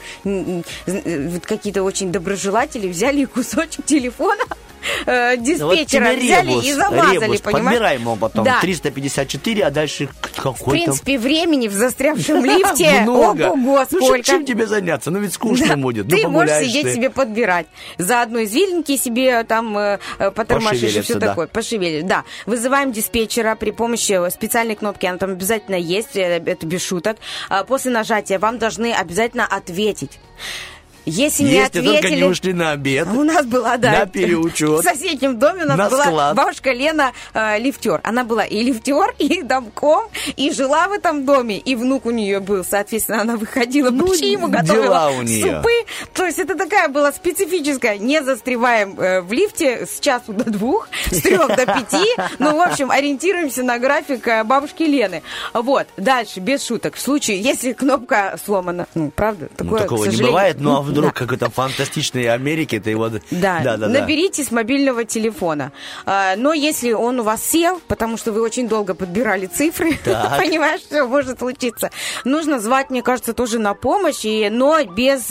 какие-то очень доброжелатели взяли кусочек телефона э, диспетчера, вот взяли ребус, и замазали, ребус, понимаешь? Подбираем его потом. Да. триста пятьдесят четыре, а дальше какой-то... В принципе, времени в застрявшем лифте много. Ого, сколько. Ну, чем тебе заняться? Ну, ведь скучно будет. Ты можешь сидеть себе подбирать. Заодно извилинки себе там э, потормошишь и все да. такое. Пошевелишь, да. Вызываем диспетчера при помощи специальной кнопки. Она там обязательно есть, это без шуток. После нажатия вам должны обязательно ответить. Если не Если ответили... только не ушли на обед. У нас была, да. На переучет. В соседнем доме у нас на была склад. бабушка Лена э, лифтер. Она была и лифтер, и домком, и жила в этом доме. И внук у нее был, соответственно, она выходила, ну, почти ему готовила у нее. супы. То есть это такая была специфическая. Не застреваем э, в лифте с часу до двух, с трех до пяти. Ну, в общем, ориентируемся на график э, бабушки Лены. Вот. Дальше, без шуток. В случае, если кнопка сломана, ну, правда, такое, ну, такого к не бывает, ну, а вдруг да. какой-то фантастичной Америки, ты его... Да, да, да, наберите да. с мобильного телефона. А, но если он у вас сел, потому что вы очень долго подбирали цифры, понимаешь, все может случиться, нужно звать, мне кажется, тоже на помощь, и, но без...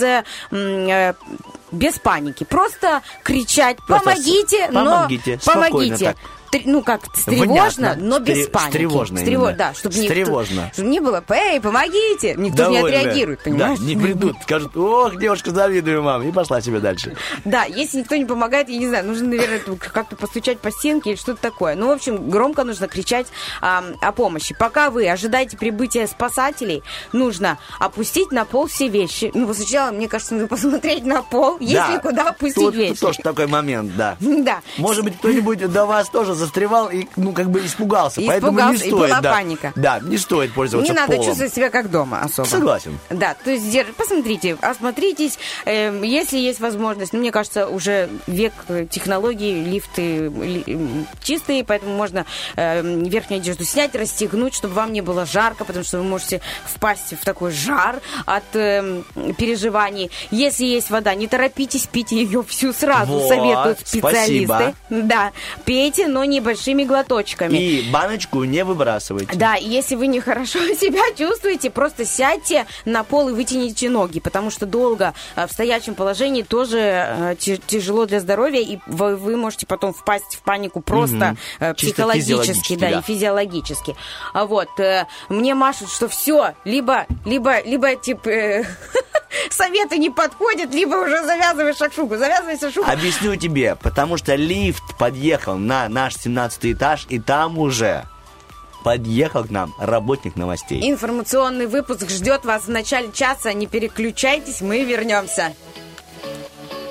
Э, без паники. Просто кричать Просто «помогите», с... но помогите, помогите. Так. Ну, как, тревожно, Внятно. но без Стри- паники. Стревожно Стрево... Да, чтобы Стревожно. Не, чтобы не было «эй, помогите». Никто Довольно. не отреагирует, понимаешь? Да, не придут, скажут «ох, девушка, завидую, мам», и пошла себе дальше. Да, если никто не помогает, я не знаю, нужно, наверное, как-то постучать по стенке или что-то такое. Ну, в общем, громко нужно кричать а, о помощи. Пока вы ожидаете прибытия спасателей, нужно опустить на пол все вещи. Ну, сначала, мне кажется, нужно посмотреть на пол, есть да. ли куда опустить Тут, вещи. Тут тоже такой момент, да. Да. Может быть, кто-нибудь до вас тоже застревал и, ну, как бы испугался. И поэтому испугался, не стоит. и была да, паника. Да, не стоит пользоваться Не надо полом. чувствовать себя как дома особо. Согласен. Да, то есть посмотрите, осмотритесь, э, если есть возможность. Ну, мне кажется, уже век технологий, лифты ли, чистые, поэтому можно э, верхнюю одежду снять, расстегнуть, чтобы вам не было жарко, потому что вы можете впасть в такой жар от э, переживаний. Если есть вода, не торопитесь, пейте ее всю сразу, вот, советуют специалисты. Спасибо. Да, пейте, но небольшими глоточками. И баночку не выбрасывайте. Да, если вы нехорошо себя чувствуете, просто сядьте на пол и вытяните ноги, потому что долго в стоячем положении тоже тяжело для здоровья, и вы, вы можете потом впасть в панику просто угу. психологически, да, да, и физиологически. А вот, мне машут, что все, либо, либо, либо, типа... советы не подходят, либо уже завязывай шакшуку, завязывай шакшуку. Объясню тебе, потому что лифт подъехал на наш семнадцатый этаж, и там уже подъехал к нам работник новостей. Информационный выпуск ждет вас в начале часа. Не переключайтесь, мы вернемся.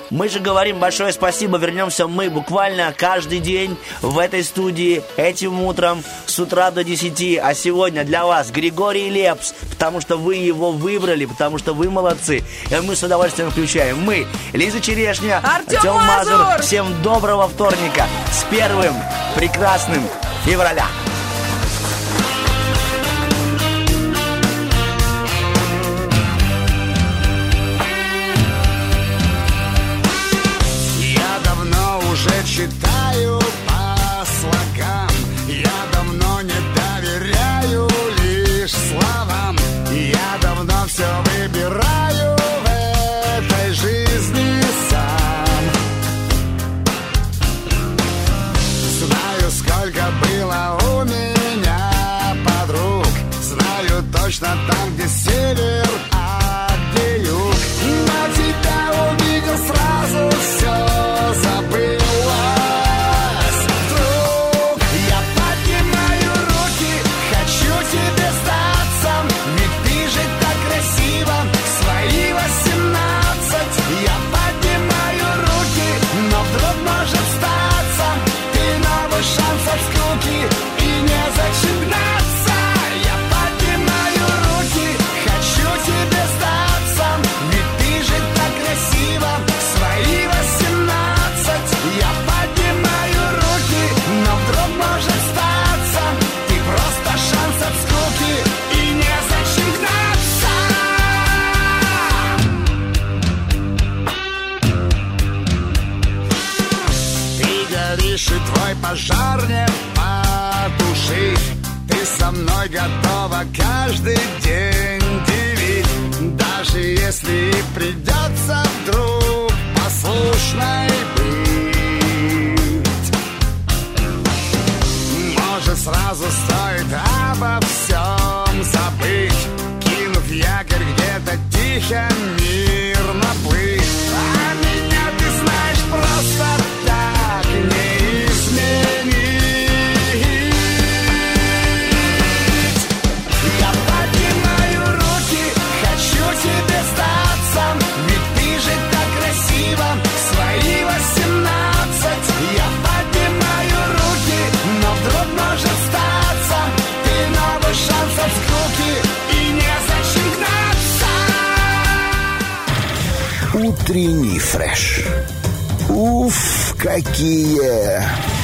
Мы же говорим большое спасибо. Вернемся мы буквально каждый день в этой студии этим утром с утра до десяти. А сегодня для вас Григорий Лепс, потому что вы его выбрали, потому что вы молодцы. И мы с удовольствием включаем. Мы, Лиза Черешня, Артем Мазур. Мазур. Всем доброго вторника с первым прекрасным февраля. Я давно уже читаю по слогам, я давно не доверяю лишь словам, я давно все выбираю в этой жизни сам. Знаю, сколько было у меня подруг, знаю точно там, где север, а где юг. Но тебя увидел, сразу все забылось. Вдруг я поднимаю руки, хочу тебе сдаться, ведь ты же так красива, свои восемнадцать. Я поднимаю руки, но вдруг может статься, ты новый шанс от скуки, и незачем гнаться. Я поднимаю руки, хочу тебе сдаться, ведь ты же так красива, свои восемнадцать. Я поднимаю руки, но вдруг может статься, ты просто шанс от скуки, и незачем гнаться. Ты горишь, и твой пожар не потушить. Ты со мной готова каждый день делить, даже если придется вдруг послушной быть. Может, сразу стоит обо всем забыть, кинув якорь где-то тихо, мирно плыть. А меня, ты знаешь, просто так не изменить. Я поднимаю руки, хочу тебе сдаться, ведь ты же так красива, свои восемнадцать. Я поднимаю руки, но вдруг может статься, ты новый шанс от скуки, и незачем гнаться. Утренний фреш. Уф, какие